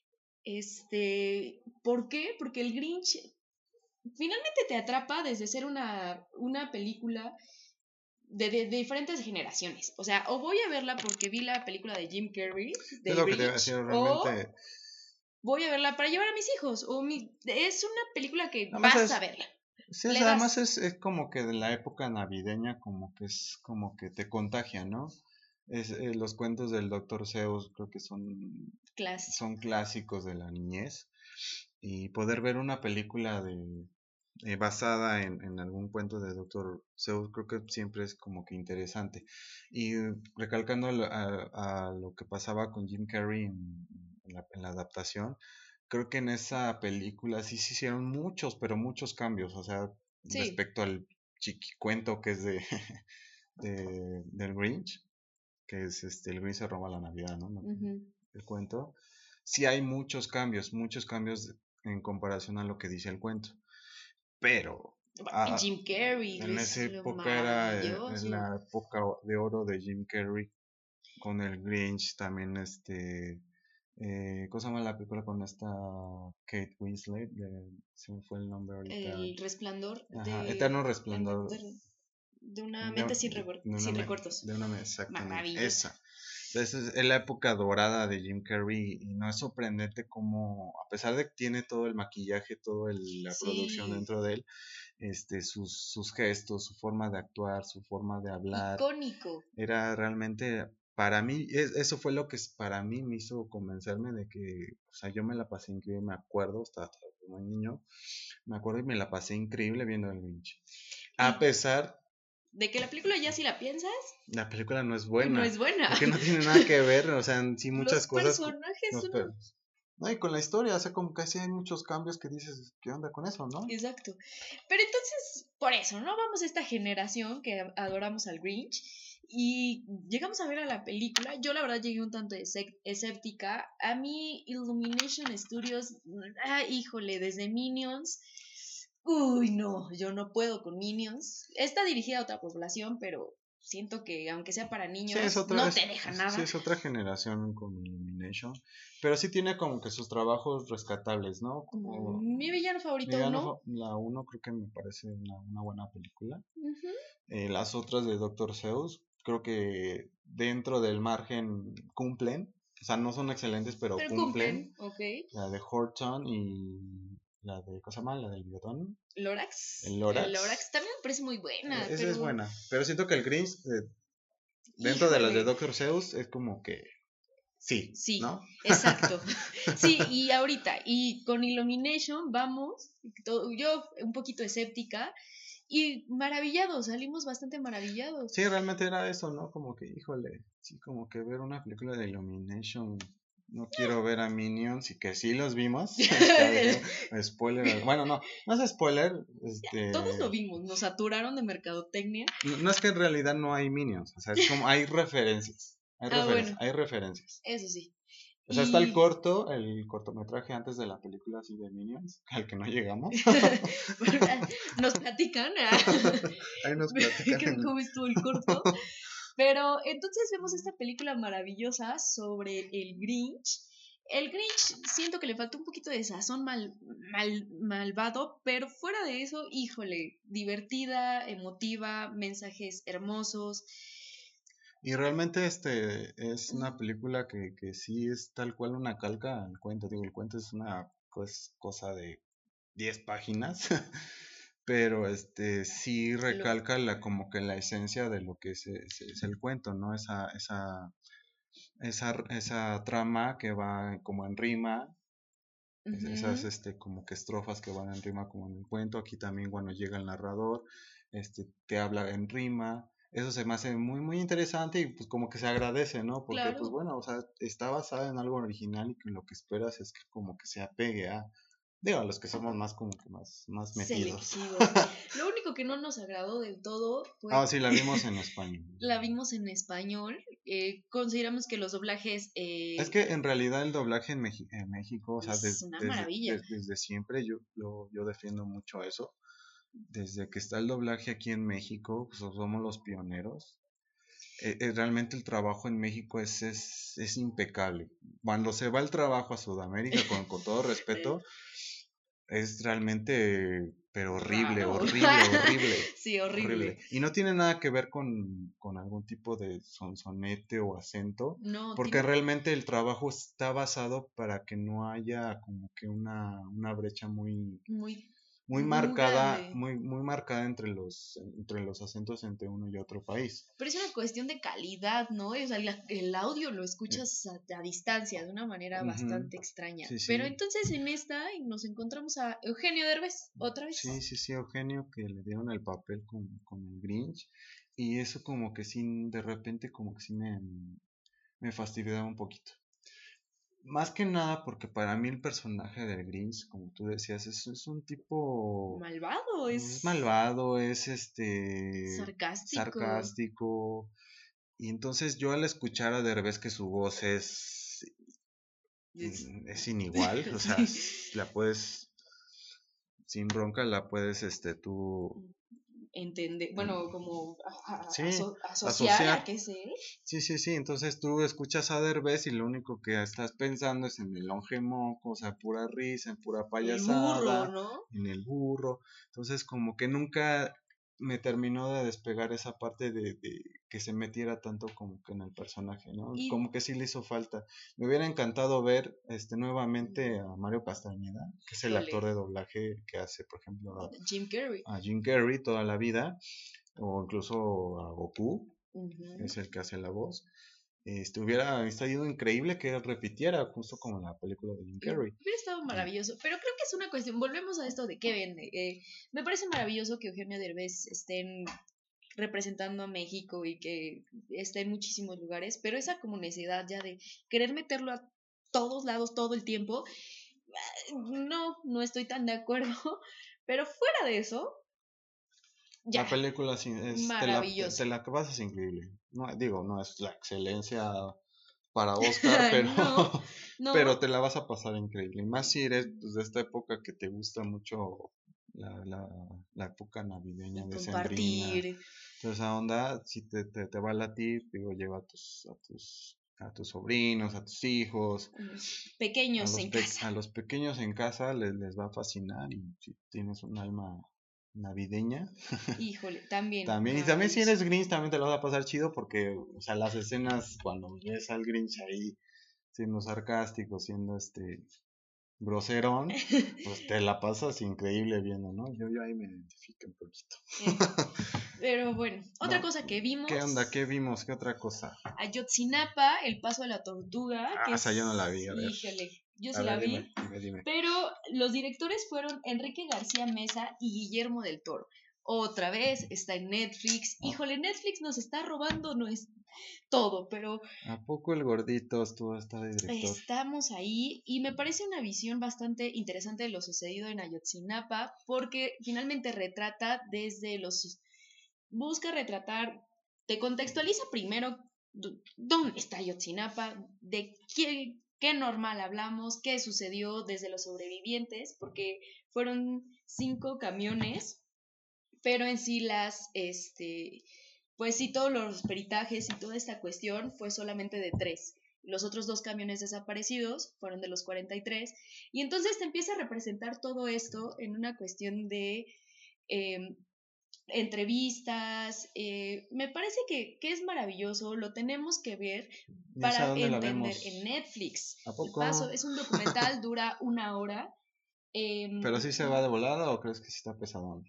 Este, ¿por qué? Porque el Grinch finalmente te atrapa desde ser una, una película de, de, de diferentes generaciones. O sea, o voy a verla porque vi la película de Jim Carrey, de es lo Grinch, que te decir, realmente... o voy a verla para llevar a mis hijos. O mi, es una película que además vas es, a verla. Sí, Le además es, es como que de la época navideña, como que es como que te contagia, ¿no? Es, eh, los cuentos del doctor Seuss creo que son, son clásicos de la niñez. Y poder ver una película de eh, basada en, en algún cuento de doctor Seuss creo que siempre es como que interesante. Y recalcando a, a lo que pasaba con Jim Carrey en, en, la, en la adaptación, creo que en esa película sí se hicieron muchos, pero muchos cambios, o sea, sí. respecto al chiquicuento que es de, de del Grinch, que es este, el Grinch se roba la Navidad, ¿no? Uh-huh. El cuento. Sí hay muchos cambios, muchos cambios en comparación a lo que dice el cuento. Pero ah, Jim Carrey en esa época era en la época de oro de Jim Carrey con el Grinch, también este eh, ¿cómo se llama la película con esta Kate Winslet? De, se me fue el nombre ahorita. El Resplandor. Ajá, de, Eterno Resplandor. De, de una mente de, sin, recuer de una sin recuerdos. De una mente, exactamente. Esa. Entonces es la época dorada de Jim Carrey y no es sorprendente como, a pesar de que tiene todo el maquillaje, toda la sí. producción dentro de él, este, sus, sus gestos, su forma de actuar, su forma de hablar. Icónico. Era realmente... Para mí, eso fue lo que para mí me hizo convencerme de que, o sea, yo me la pasé increíble, me acuerdo, estaba como niño, me acuerdo y me la pasé increíble viendo el Grinch. A pesar... ¿De que la película ya si la piensas? La película no es buena. No es buena. Porque no tiene nada que ver, o sea, sí muchas los cosas... Personajes los personajes no, y con la historia, o sea, como que sí hay muchos cambios que dices, ¿qué onda con eso, no? Exacto. Pero entonces, por eso, ¿no? Vamos a esta generación que adoramos al Grinch. Y llegamos a ver a la película. Yo la verdad llegué un tanto escép- escéptica. A mí Illumination Studios, ah, híjole, desde Minions. Uy, no, yo no puedo con Minions. Está dirigida a otra población, pero siento que aunque sea para Sí, es niños, otra, no es, te deja sí, nada. es otra generación con Illumination, pero sí tiene como que sus trabajos rescatables, ¿no? Mm, Como Mi villano favorito Villano, uno. fa- la uno creo que me parece una, una buena película. Ujú. Eh, las otras de Doctor Seuss, creo que dentro del margen cumplen, o sea, no son excelentes, pero Pero cumplen. cumplen, ok. La de Horton y la de, ¿cosa más? La del bigotón, Lorax. el El Lorax. Lorax también me parece muy buena, Eh, esa es pero buena, pero siento que el Grinch, eh, dentro de las de híjole. Doctor Seuss, es como que sí, Sí, ¿no? exacto. Sí, y ahorita, y con Illumination vamos, to- yo un poquito escéptica, y maravillados, salimos bastante maravillados. Sí, realmente era eso, ¿no? Como que, híjole, sí, como que ver una película de Illumination. No quiero ver a Minions y que sí los vimos. Está diciendo, spoiler. Bueno, no, no es spoiler. Todos lo Este, vimos, nos saturaron de mercadotecnia. no, no es que en realidad no hay Minions, o sea, es como hay referencias. Hay Ah, referencias, bueno, hay referencias. eso sí. O sea, está el Y corto, el cortometraje antes de la película así de Minions, al que no llegamos. nos platican Ahí nos platican en... cómo estuvo el corto. Pero entonces vemos esta película maravillosa sobre el Grinch. El Grinch siento que le falta un poquito de sazón mal, mal, malvado, pero fuera de eso, híjole, divertida, emotiva, mensajes hermosos. Y realmente este es una película que, que sí es tal cual una calca al cuento. Digo, el cuento es una pues, cosa de diez páginas, pero este sí Lo, recalca la como que la esencia de lo que es, es- es el cuento, ¿no? Esa, esa, esa, esa trama que va como en rima, es- esas ujú, este como que estrofas que van en rima como en el cuento. Aquí también cuando llega el narrador, este te habla en rima. Eso se me hace muy muy interesante y pues como que se agradece, ¿no? Porque pues claro, bueno, o sea, está basada en algo original y que lo que esperas es que como que se apegue a, digo, a los que somos más como que más más metidos. selectivos. Lo único que no nos agradó del todo Ah, fue sí, la vimos en español. la vimos en español. Eh, consideramos que los doblajes Es eh, que en realidad el doblaje en, Meji- en México, o sea, es des- una desde, maravilla. des- desde siempre yo, lo- yo defiendo mucho eso. Desde que está el doblaje aquí en México, pues somos los pioneros. Eh, eh, realmente el trabajo en México es, es, es impecable. Cuando se va el trabajo a Sudamérica, con, con todo respeto, es realmente, pero horrible, Raro. horrible, horrible, Sí, horrible. horrible. Y no tiene nada que ver con, con algún tipo de sonsonete o acento, No, porque tiene realmente el trabajo está basado para que no haya como que una, una brecha muy, muy, muy muy marcada, grande. muy, muy marcada entre los, entre los acentos entre uno y otro país. Pero es una cuestión de calidad, ¿no? O sea, la- el audio lo Eh, escuchas a, a distancia de una manera ujú, bastante extraña. sí, Pero sí. entonces en esta nos encontramos a Eugenio Derbez otra Sí, vez. sí, sí, Eugenio, que le dieron el papel con, con el Grinch. Y eso como que sí, de repente como que sí me, me fastidiaba un poquito. Más que nada porque para mí el personaje del Grinch, como tú decías, es, es un tipo, Malvado, es es malvado, es este sarcástico. sarcástico. Y entonces yo al escuchar a Derbez que su voz es, Es- mm, es inigual, o sea, sí. s- la puedes, sin bronca, la puedes, este, tú, Entender, bueno, mm, como a- a- sí, aso- asociar a asociar. qué es él. Sí, sí, sí, entonces tú escuchas a Derbez y lo único que estás pensando es en el longe moco, o sea, pura risa, en pura El burro, payasada, ¿no? en el burro. Entonces como que nunca me terminó de despegar esa parte de, de que se metiera tanto como que en el personaje, ¿no? Y Como que sí le hizo falta. Me hubiera encantado ver este nuevamente a Mario Castañeda, que es el actor híjole, de doblaje que hace, por ejemplo, Jim Carrey. a, a Jim Carrey toda la vida, o incluso a Goku, Ujú. es el que hace la voz. Este, hubiera estado increíble que él repitiera, justo como en la película de Jim Y Carrey. hubiera estado Y, maravilloso, pero creo que es una cuestión, volvemos a esto de qué vende. Eh, me parece maravilloso que Eugenio Derbez estén representando a México y que esté en muchísimos lugares, pero esa como necesidad ya de querer meterlo a todos lados todo el tiempo, no, no estoy tan de acuerdo, pero fuera de eso, Ya, la película sí es, te, la, te, maravillosa. te la pasas increíble. No, digo, no es la excelencia para Oscar, pero, No, pero no, te la vas a pasar increíble. Y más si eres pues, de esta época que te gusta mucho la, la, la época navideña, y decembrina, compartir. toda esa onda, si te, te, te va a latir, digo, lleva a tus, a tus, a tus sobrinos, a tus hijos, A los a pequeños los, en pe- casa. a los pequeños en casa les, les va a fascinar y si tienes un alma navideña, Híjole, también, también, y también si maravilloso. eres Grinch también te lo vas a pasar chido porque, o sea, las escenas cuando ves al Grinch ahí siendo sarcástico, siendo este groserón, pues te la pasas increíble viendo, ¿no? Yo, yo ahí me identifico un poquito. Eh, pero bueno, otra No, cosa que ¿qué onda? vimos, ¿Qué vimos? ¿Qué otra cosa? Ayotzinapa, el paso de la tortuga, que Ah, esa yo no la es, vi, a ver. híjole, yo A sí la ver, dime, vi, dime, dime. pero los directores fueron Enrique García Mesa y Guillermo del Toro. Otra vez está en Netflix. Oh, Híjole, Netflix nos está robando, no es todo, pero ¿a poco el gordito estuvo hasta de director? estamos ahí y me parece una visión bastante interesante de lo sucedido en Ayotzinapa porque finalmente retrata desde los... busca retratar, te contextualiza primero d- dónde está Ayotzinapa, de qué, qué normal hablamos, qué sucedió desde los sobrevivientes, porque fueron cinco camiones, pero en sí las, este, pues sí, todos los peritajes y toda esta cuestión fue solamente de tres. Los otros dos camiones desaparecidos fueron de los cuarenta y tres. Y entonces te empieza a representar todo esto en una cuestión de eh, entrevistas. Eh, me parece que, que es maravilloso, lo tenemos que ver ¿Y esa para dónde la entender en vemos? Netflix. ¿A El paso poco? es un documental, dura una hora. eh, ¿Pero sí se va de volada o crees que sí está pesadón?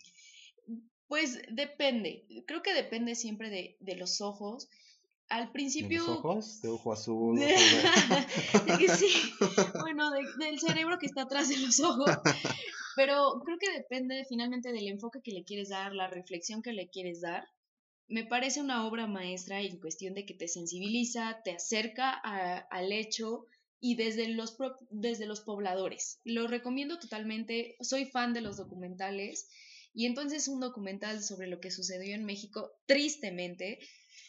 pues depende, creo que depende siempre de, de los ojos. Al ¿De los principio, ojos? ¿De ojo azul, ojo de que sí, verde? bueno, de- del cerebro que está atrás de los ojos, pero creo que depende finalmente del enfoque que le quieres dar, la reflexión que le quieres dar. Me parece una obra maestra en cuestión de que te sensibiliza, te acerca a- al hecho y desde los, pro- desde los pobladores. Lo recomiendo totalmente, soy fan de los documentales y entonces un documental sobre lo que sucedió en México, tristemente,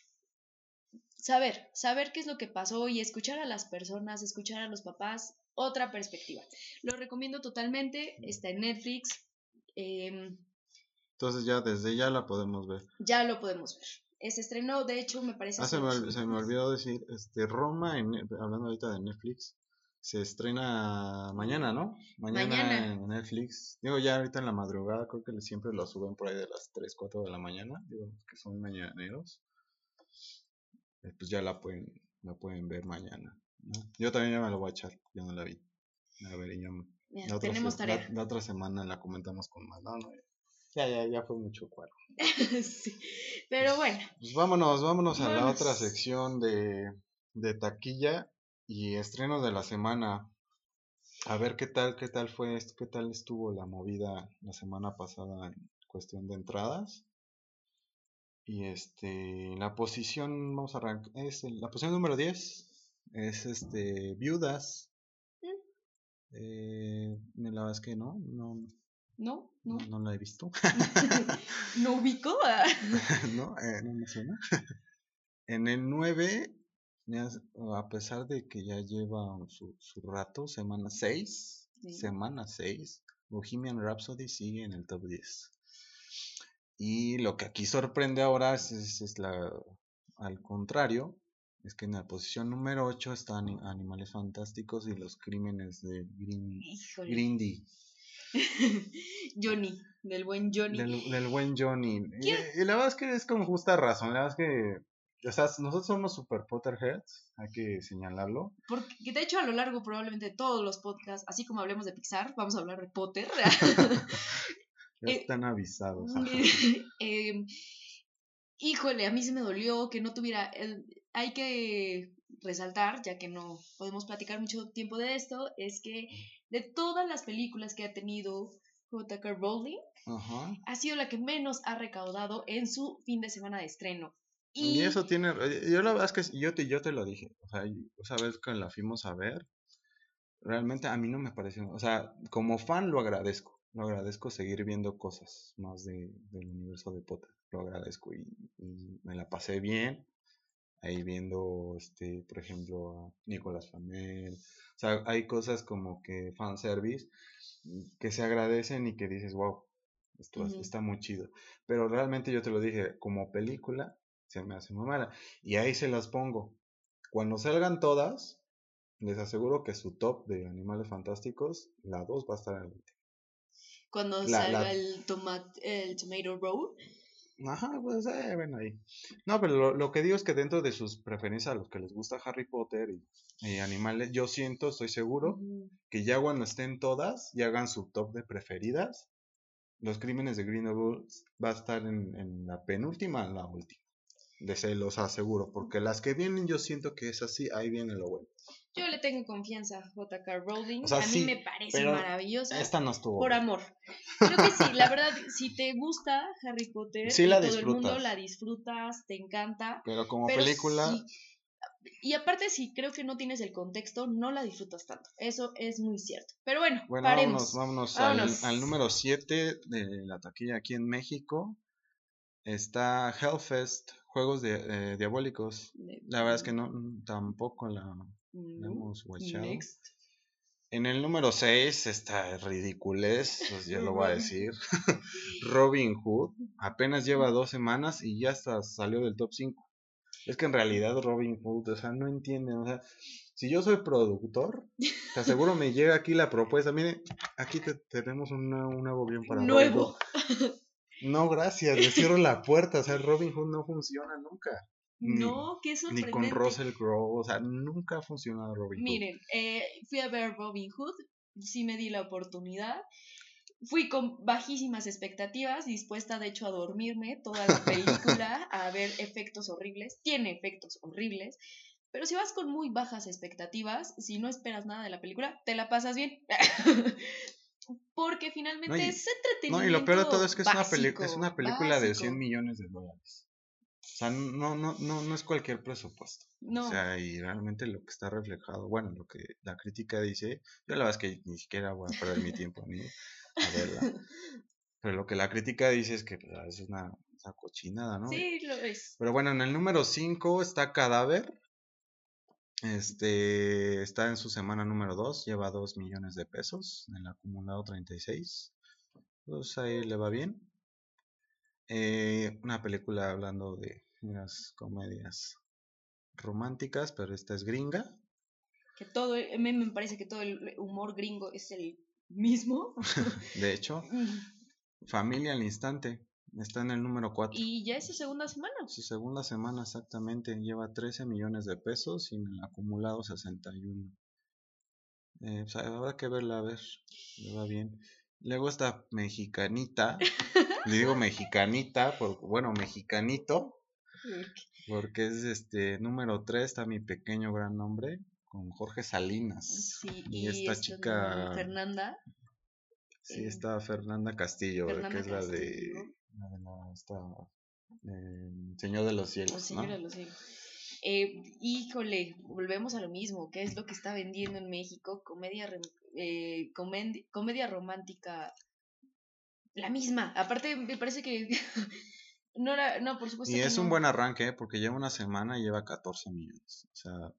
saber, saber qué es lo que pasó y escuchar a las personas, escuchar a los papás, otra perspectiva. Lo recomiendo totalmente, está en Netflix, eh, Entonces ya desde ya la podemos ver. ya lo podemos ver. Eh, Se estrenó, de hecho, me parece Ah, se hace me, dos ol- se me semanas. olvidó decir, este, Roma, en, hablando ahorita de Netflix, se estrena mañana, ¿no? Mañana. Mañana en Netflix. Digo, ya ahorita en la madrugada, creo que siempre lo suben por ahí de las tres cuatro de la mañana, digo, que son mañaneros. Eh, Pues ya la pueden, la pueden ver mañana, ¿no? Yo también ya me la voy a echar, ya no la vi. A ver, y ya me- Mira, la otra, tenemos se- la, tarea. la otra semana la comentamos con más, no, no, ya, ya, ya fue mucho cuadro. Sí. Pero bueno, Pues, pues vámonos, vámonos a la otra vámonos. sección de, de taquilla y estrenos de la semana. A ver qué tal, qué tal fue esto, qué tal estuvo la movida la semana pasada en cuestión de entradas. Y este, la posición, vamos a arrancar, es el- la posición número diez es este, Viudas. Mm, Eh, la verdad es que no, no, No, no. no, no la he visto. No ubico. Ah. No, eh, no me suena. En el nueve ya s- a pesar de que ya lleva su, su rato, semana seis Sí. semana seis Bohemian Rhapsody sigue en el top diez. Y lo que aquí sorprende ahora es, es- es la, al contrario, es que en la posición número ocho están Animales Fantásticos y los Crímenes de Green, Híjole. Grindy, Johnny, del buen Johnny. del, del buen Johnny. Quiero, Y, y la verdad es que es con justa razón, la verdad es que, o sea, nosotros somos super Potterheads, hay que señalarlo. porque de hecho a lo largo probablemente de todos los podcasts, así como hablemos de Pixar, vamos a hablar de Potter. Ya Eh, están avisados. eh, híjole, a mí se me dolió que no tuviera... El, hay que resaltar, ya que no podemos platicar mucho tiempo de esto, es que de todas las películas que ha tenido J K. Rowling, Ajá. ha sido la que menos ha recaudado en su fin de semana de estreno. Y Y eso tiene, yo la verdad es que yo te, yo te lo dije, o sea, esa vez que la fuimos a ver, realmente a mí no me pareció, o sea, como fan lo agradezco, lo agradezco seguir viendo cosas más de, del universo de Potter. Lo agradezco y, y me la pasé bien ahí viendo, este, por ejemplo, a Nicolas Flamel. O sea, hay cosas como que fanservice que se agradecen y que dices, wow, esto Ujú. está muy chido. Pero realmente yo te lo dije, como película se me hace muy mala. Y ahí se las pongo. Cuando salgan todas, les aseguro que su top de Animales Fantásticos, la dos va a estar en el último. Cuando La, salga la, el, tomate, el tomato roll. ajá, pues eh, ven ahí. No, pero lo, lo que digo es que dentro de sus preferencias, a los que les gusta Harry Potter y, y animales, yo siento, estoy seguro, Ujú. que ya cuando estén todas y hagan su top de preferidas, Los Crímenes de Grindelwald va a estar en, en la penúltima, en la última. De se los aseguro, porque las que vienen yo siento que es así, ahí viene lo bueno. Yo le tengo confianza a J K. O Rowling. sea, A mí me sí, parece pero maravillosa esta no estuvo por buena. amor. Creo que sí, la verdad, si te gusta Harry Potter Sí y la todo el mundo disfrutas, la disfrutas, te encanta, pero como pero película, sí, y aparte si creo que no tienes el contexto, no la disfrutas tanto. Eso es muy cierto. Pero bueno, bueno, vámonos, paremos. vámonos al, al Vámonos. número siete de la taquilla aquí en México. Está Hellfest, Juegos de, eh, Diabólicos. La verdad es que no, tampoco la, la No, hemos watchado. next. En el número seis está ridiculez, pues ya lo voy a Robin. decir. Robin Hood, apenas lleva dos semanas y ya hasta salió del top cinco. Es que en realidad Robin Hood, o sea, no entienden, o sea, si yo soy productor, te aseguro me llega aquí la propuesta, mire, aquí te, tenemos una, un nuevo guión para Robin Hood. Nuevo. No, gracias, le cierro la puerta, o sea, Robin Hood no funciona nunca. Ni, No, qué ni con sorprendente. Russell Crowe, o sea, nunca ha funcionado Robin Hood. Miren, eh, fui a ver Robin Hood, sí me di la oportunidad. Fui con bajísimas expectativas, dispuesta de hecho a dormirme toda la película, a ver efectos horribles. Tiene efectos horribles, pero si vas con muy bajas expectativas, si no esperas nada de la película, te la pasas bien. Porque No, finalmente y, es no, y lo peor de todo entretenimiento es que es una, peli- es una básico, película de cien básico. millones de dólares. O sea, no, no, no, no es cualquier presupuesto. O No, sea, y realmente lo que está reflejado, bueno, lo que la crítica dice, yo la verdad es que ni siquiera voy a perder mi tiempo ni a verla. Pero lo que la crítica dice es que pues, es una, una cochinada, ¿no? sí lo es. Pero bueno, en el número cinco está Cadáver. Este está en su semana número dos, lleva dos millones de pesos, en el acumulado treinta y seis. Pues ahí le va bien. Eh, una película hablando de unas comedias románticas, pero esta es gringa. Que todo, a mí me parece que todo el humor gringo es el mismo. De hecho, Familia al Instante está en el número cuatro. Y ya es su segunda semana. Su segunda semana exactamente lleva trece millones de pesos y en el acumulado sesenta y uno. Eh, o sea, habrá que verla a ver, le va bien. Luego está Mexicanita, le digo Mexicanita, por, bueno, Mexicanito, porque es este número tres, está Mi Pequeño Gran Nombre, con Jorge Salinas. Sí, Y y esta esta no, chica, Fernanda. sí, eh, está Fernanda Castillo, que Fernanda es la Castillo, de, la de la, esta, eh, Señor de los el Cielos, Señor de ¿no? los Cielos. Eh, híjole, volvemos a lo mismo. ¿Qué es lo que está vendiendo en México? Comedia, eh, comedia, comedia romántica, la misma. Aparte, me parece que no era, no, por supuesto Y que es un no. buen arranque, ¿eh? Porque lleva una semana y lleva catorce millones. O sea, o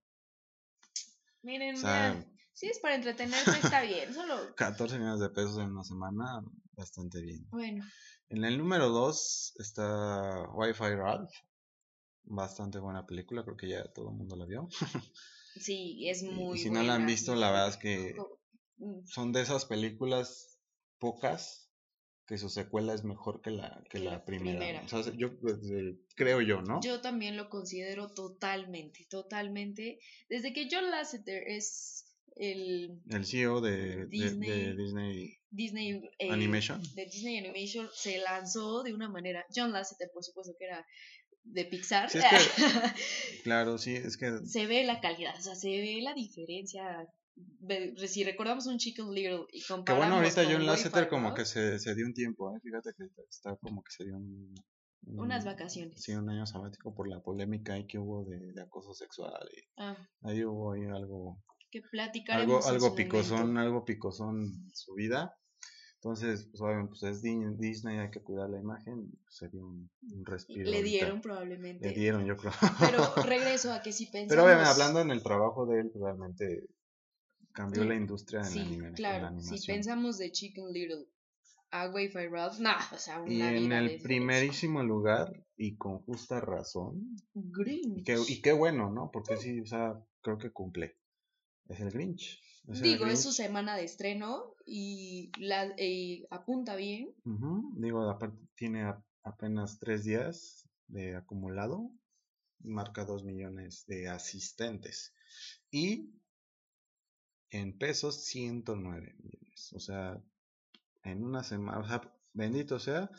Miren, sea, ya, si es para entretenerse, está bien. Solo, catorce millones de pesos en una semana, bastante bien. bueno. En el número dos está Wi-Fi Ralph, bastante buena película, creo que ya todo el mundo la vio. Sí, es Y, y muy si no la han buena, visto, la verdad híjole. es que Mm, son de esas películas pocas que su secuela es mejor que la, que que la la primera. primera. O sea, yo pues, eh, creo yo, ¿no? Yo también lo considero totalmente, totalmente. Desde que John Lasseter es el El C E O de, de, de Disney, Disney Disney, eh, Animation. de Disney Animation, se lanzó de una manera. John Lasseter, por supuesto, que era de Pixar. Sí, es que, claro, sí, es que... Se ve la calidad, o sea, se ve la diferencia. Ve- Si recordamos un Chicken Little y Que bueno, comparamos ahorita con John Wi-Fi Lasseter como Ralph, que se, se dio un tiempo, ¿eh? Fíjate que está como que se dio un, unas un, sí, vacaciones. un año sabático por la polémica ahí que hubo de, de acoso sexual. Y Ah, ahí hubo ahí algo, que algo, platicaremos en su algo momento. picosón, algo picosón en su vida. Entonces, pues obviamente pues es Disney, hay que cuidar la imagen, pues, sería un, un respiro. Le ahorita. dieron probablemente. Le dieron, yo creo. Pero regreso a que si pensamos... Pero obviamente, hablando en el trabajo de él, realmente cambió Mm, la industria en, sí, la, anima, claro, en la animación. Si pensamos de Chicken Little a Wi-Fi Ralph, no, o sea, Y una en vida el de diferencia. primerísimo lugar, y con justa razón, Grinch. y qué, y qué bueno, ¿no? Porque sí. sí, o sea, creo que cumple. Es el Grinch. Es Digo, el es Grinch. su semana de estreno y la y apunta bien. Uh-huh. Digo, aparte tiene a, apenas tres días de acumulado, marca dos millones de asistentes. Y en pesos, ciento nueve millones. O sea, en una semana, o sea, bendito sea.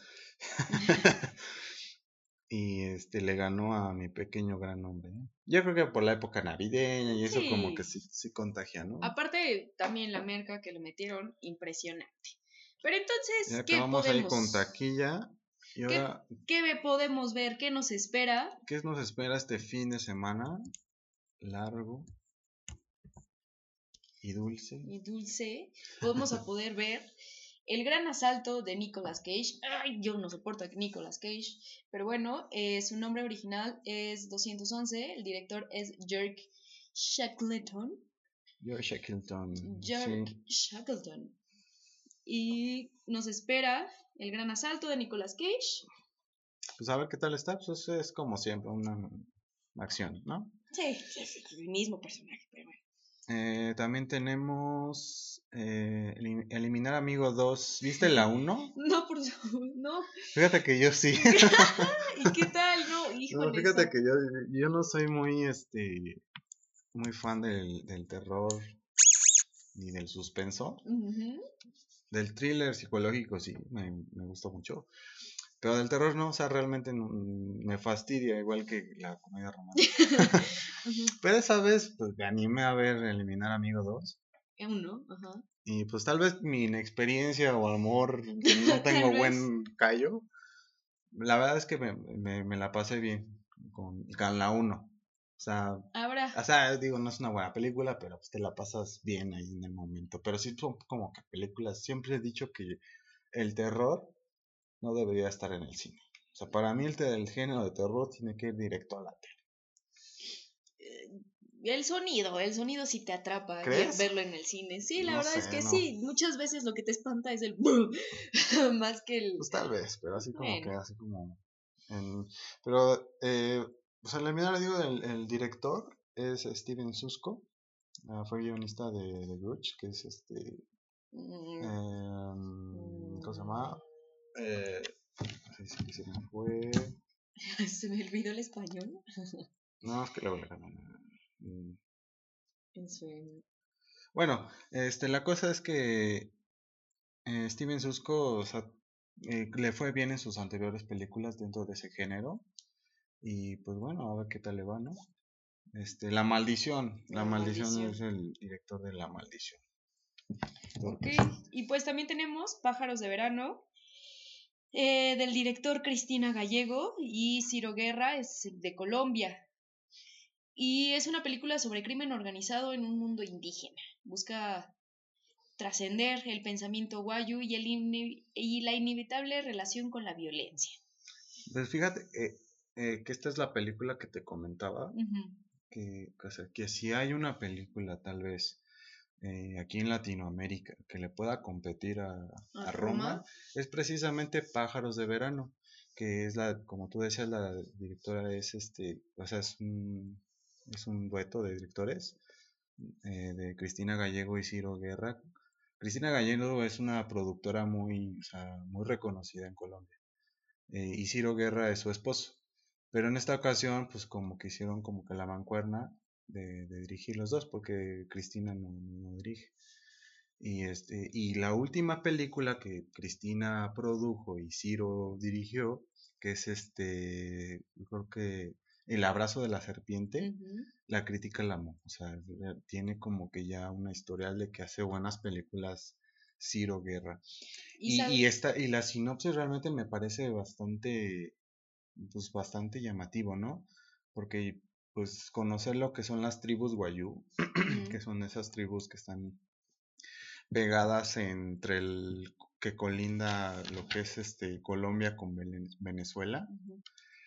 Y este le ganó a Mi Pequeño Gran Hombre. ¿eh? Yo creo que por la época navideña y eso Sí. como que sí, sí contagia, ¿no? Aparte, también la merca que le metieron, impresionante. Pero entonces, Ya ¿qué acabamos podemos? ahí con taquilla. Y ahora, ¿Qué, ¿Qué podemos ver? ¿Qué nos espera? ¿qué nos espera este fin de semana? Largo y dulce. Y dulce. Vamos a poder ver El Gran Asalto de Nicolas Cage. Ay, yo no soporto a Nicolas Cage. Pero bueno, eh, su nombre original es doscientos once. El director es Jerk Shackleton. George Shackleton. Jerk Sí. Shackleton. Y nos espera El Gran Asalto de Nicolas Cage. Pues a ver qué tal está. Pues es como siempre una acción, ¿no? Sí, sí, sí, el mismo personaje, pero bueno. Eh, también tenemos eh, Eliminar Amigo dos. ¿Viste la uno? No, por favor, no. Fíjate que yo sí. ¿Y qué tal? No, híjole. No, fíjate esa... que yo, yo no soy muy este muy fan del, del terror ni del suspenso. Uh-huh. Del thriller psicológico sí, me, me gustó mucho. Pero del terror no, o sea, realmente no, me fastidia, igual que la comedia romántica. uh-huh. Pero esa vez, pues me animé a ver Eliminar Amigo dos. Uno, ajá. Y pues tal vez mi inexperiencia o amor, que no tengo buen callo. La verdad es que me, me, me la pasé bien con, con la uno. O sea, Ahora. o sea, digo, no es una buena película, pero pues te la pasas bien ahí en el momento. Pero sí son como que películas, siempre he dicho que el terror no debería estar en el cine. O sea, para mí el, el género de terror tiene que ir directo a la tele. El sonido, el sonido sí te atrapa. ¿Crees? Verlo en el cine. Sí, la no verdad sé, es que no. sí. Muchas veces lo que te espanta es el más que el. Pues tal vez, pero así como bueno. que así como. En... Pero, eh, o sea, le digo, el, el director es Steven Susco. Uh, fue guionista de The Grudge, que es este. Mm. Eh, ¿Cómo se llama? Eh, sí, sí, se me fue. Se me olvidó el español. No, es que luego le ganan. Mm. En Bueno, este, la cosa es que eh, Steven Susco, o sea, eh, le fue bien en sus anteriores películas dentro de ese género. Y pues bueno, a ver qué tal le va, ¿no? Este, La Maldición. La, la maldición, maldición es el director de La Maldición. Ok, y pues también tenemos Pájaros de Verano, eh, del director Cristina Gallego y Ciro Guerra, es de Colombia. Y es una película sobre crimen organizado en un mundo indígena. Busca trascender el pensamiento guayu y, el y la inevitable relación con la violencia. Pues fíjate eh, eh, que esta es la película que te comentaba. Uh-huh. que, o sea, que si hay una película tal vez eh, aquí en Latinoamérica que le pueda competir a, a, a Roma, Roma, es precisamente Pájaros de Verano, que es la, como tú decías, la directora es este, o sea, es un, es un dueto de directores eh, de Cristina Gallego y Ciro Guerra. Cristina Gallego es una productora muy, o sea, muy reconocida en Colombia eh, y Ciro Guerra es su esposo. Pero en esta ocasión, pues como que hicieron como que la mancuerna de, de dirigir los dos, porque Cristina no, no dirige. Y, este, y la última película que Cristina produjo y Ciro dirigió, que es este, yo creo que El Abrazo de la Serpiente, uh-huh. La crítica la amó. O sea, tiene como que ya una historial de que hace buenas películas Ciro Guerra. Y, y, y, esta, y la sinopsis realmente me parece bastante, pues bastante llamativo, ¿no? Porque pues conocer lo que son las tribus Wayuu, uh-huh. que son esas tribus que están pegadas entre el que colinda lo que es este Colombia con Venezuela. Uh-huh.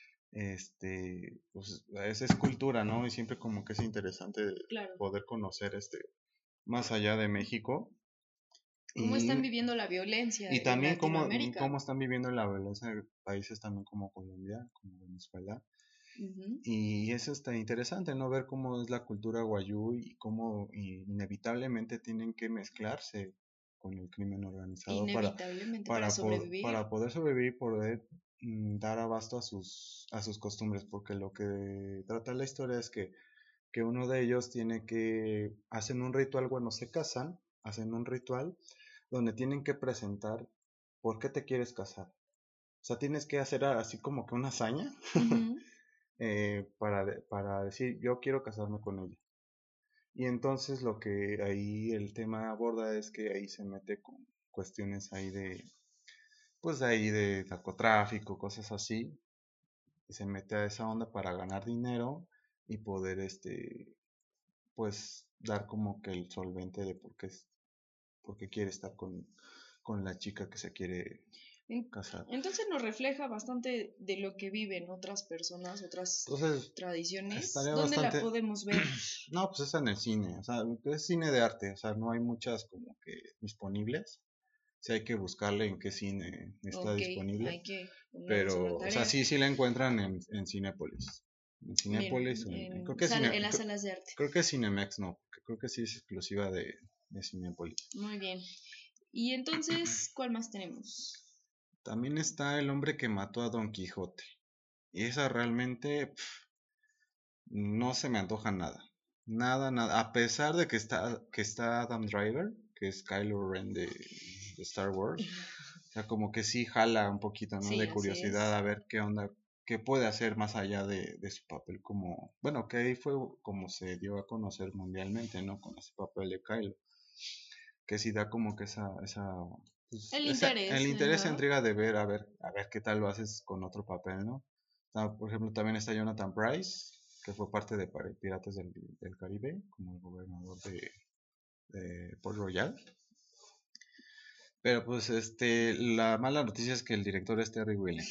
Este, pues esa es cultura, ¿no? Y siempre como que es interesante claro. poder conocer este más allá de México. ¿Cómo y, están viviendo la violencia? Y también cómo, cómo están viviendo la violencia en países también como Colombia, como Venezuela. Uh-huh. Y eso está interesante, ¿no? Ver cómo es la cultura guayú y cómo inevitablemente tienen que mezclarse con el crimen organizado para, para, para sobrevivir. Po- para poder sobrevivir y poder mm, dar abasto a sus, a sus costumbres, porque lo que trata la historia es que, que uno de ellos tiene que, hacen un ritual, bueno, se casan, hacen un ritual donde tienen que presentar por qué te quieres casar. O sea, tienes que hacer así como que una hazaña uh-huh. eh, para, para decir, yo quiero casarme con ella. Y entonces lo que ahí el tema aborda es que ahí se mete con cuestiones ahí de, pues ahí de narcotráfico, cosas así. Y se mete a esa onda para ganar dinero y poder, este, pues, dar como que el solvente de por qué, por qué quiere estar con, con la chica que se quiere casar. Entonces nos refleja bastante de lo que viven otras personas, otras Entonces, tradiciones. ¿Dónde bastante... la podemos ver? No, pues es en el cine, o sea, es cine de arte, o sea, no hay muchas como que disponibles. Sí hay que buscarle en qué cine está okay, disponible. Hay que pero, o sea, sí, sí la encuentran en, en Cinépolis. En Cinépolis. En, en, en, creo que sal, Cine, en las creo, salas de arte. Creo que Cinemex no, creo que sí es exclusiva de, de Cinépolis. Muy bien. Y entonces, ¿cuál más tenemos? También está El hombre que mató a Don Quijote. Y esa realmente pff, no se me antoja nada. Nada, nada. A pesar de que está, que está Adam Driver, que es Kylo Ren de, de Star Wars. O sea, como que sí jala un poquito, ¿no? Sí, de curiosidad a ver qué onda, qué puede hacer más allá de, de su papel como... Bueno, que ahí fue como se dio a conocer mundialmente, ¿no? Con ese papel de Kylo. Que sí da como que esa... esa pues, el ese, interés. El interés, ¿no? Intriga de ver, a ver, a ver qué tal lo haces con otro papel, ¿no? O sea, por ejemplo, también está Jonathan Pryce, que fue parte de Piratas del, del Caribe, como el gobernador de, de Port Royal. Pero pues este, la mala noticia es que el director es Terry Gilliam.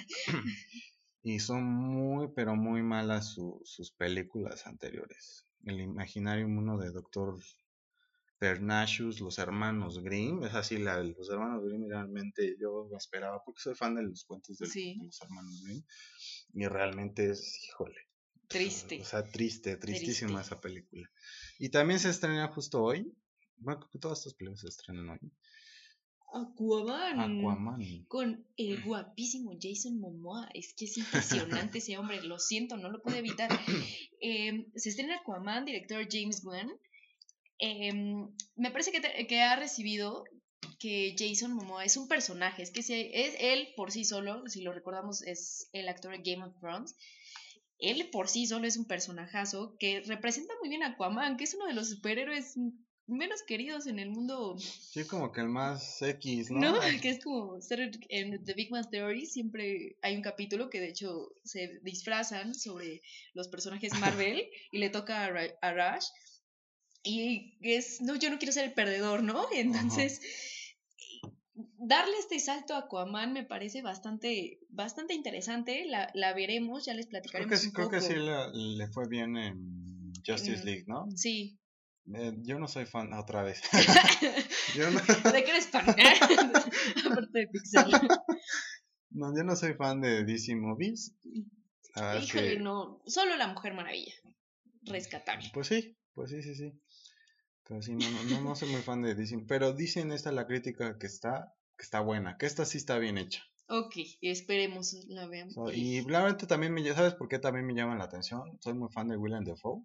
Y son muy, pero muy malas su, sus películas anteriores. El Imaginarium uno de Doctor Pernashus, Los Hermanos Grimm, es así, la de Los Hermanos Grimm realmente yo lo esperaba, porque soy fan de los cuentos de, sí. de Los Hermanos Grimm. Y realmente es, híjole. Triste. O sea, triste, tristísima triste. Esa película. Y también se estrena justo hoy. Bueno, creo que todas estas películas se estrenan hoy. Aquaman, Aquaman. Con el guapísimo Jason Momoa. Es que es impresionante ese hombre. Lo siento, no lo puedo evitar. Eh, se estrena Aquaman, director James Wan. Eh, me parece que, te, que ha recibido que Jason Momoa es un personaje. Es que si, es él por sí solo, si lo recordamos, es el actor de Game of Thrones. Él por sí solo es un personajazo que representa muy bien a Aquaman, que es uno de los superhéroes menos queridos en el mundo. Sí, como que el más X, ¿no? No, que es como en The Big Bang Theory siempre hay un capítulo que de hecho se disfrazan sobre los personajes Marvel y le toca a, Ra- a Rash y es, no, yo no quiero ser el perdedor, ¿no? Entonces, uh-huh. darle este salto a Aquaman me parece bastante, bastante interesante, la, la veremos, ya les platicaremos creo que, un creo poco. Creo que sí le, le fue bien en Justice en, League, ¿no? Sí. Eh, yo no soy fan, otra vez. yo no... ¿De qué eres fan? Aparte de Pixar. No, yo no soy fan de D C Movies. Híjole, que... no. Solo La Mujer Maravilla. Rescatable. Pues sí, pues sí, sí, sí. Pero sí, no, no, no soy muy fan de D C. Pero dicen esta la crítica que está, que está buena, que esta sí está bien hecha. Ok, esperemos la veamos. So, y claramente también me, ¿sabes por qué también me llama la atención? Soy muy fan de Willem Dafoe.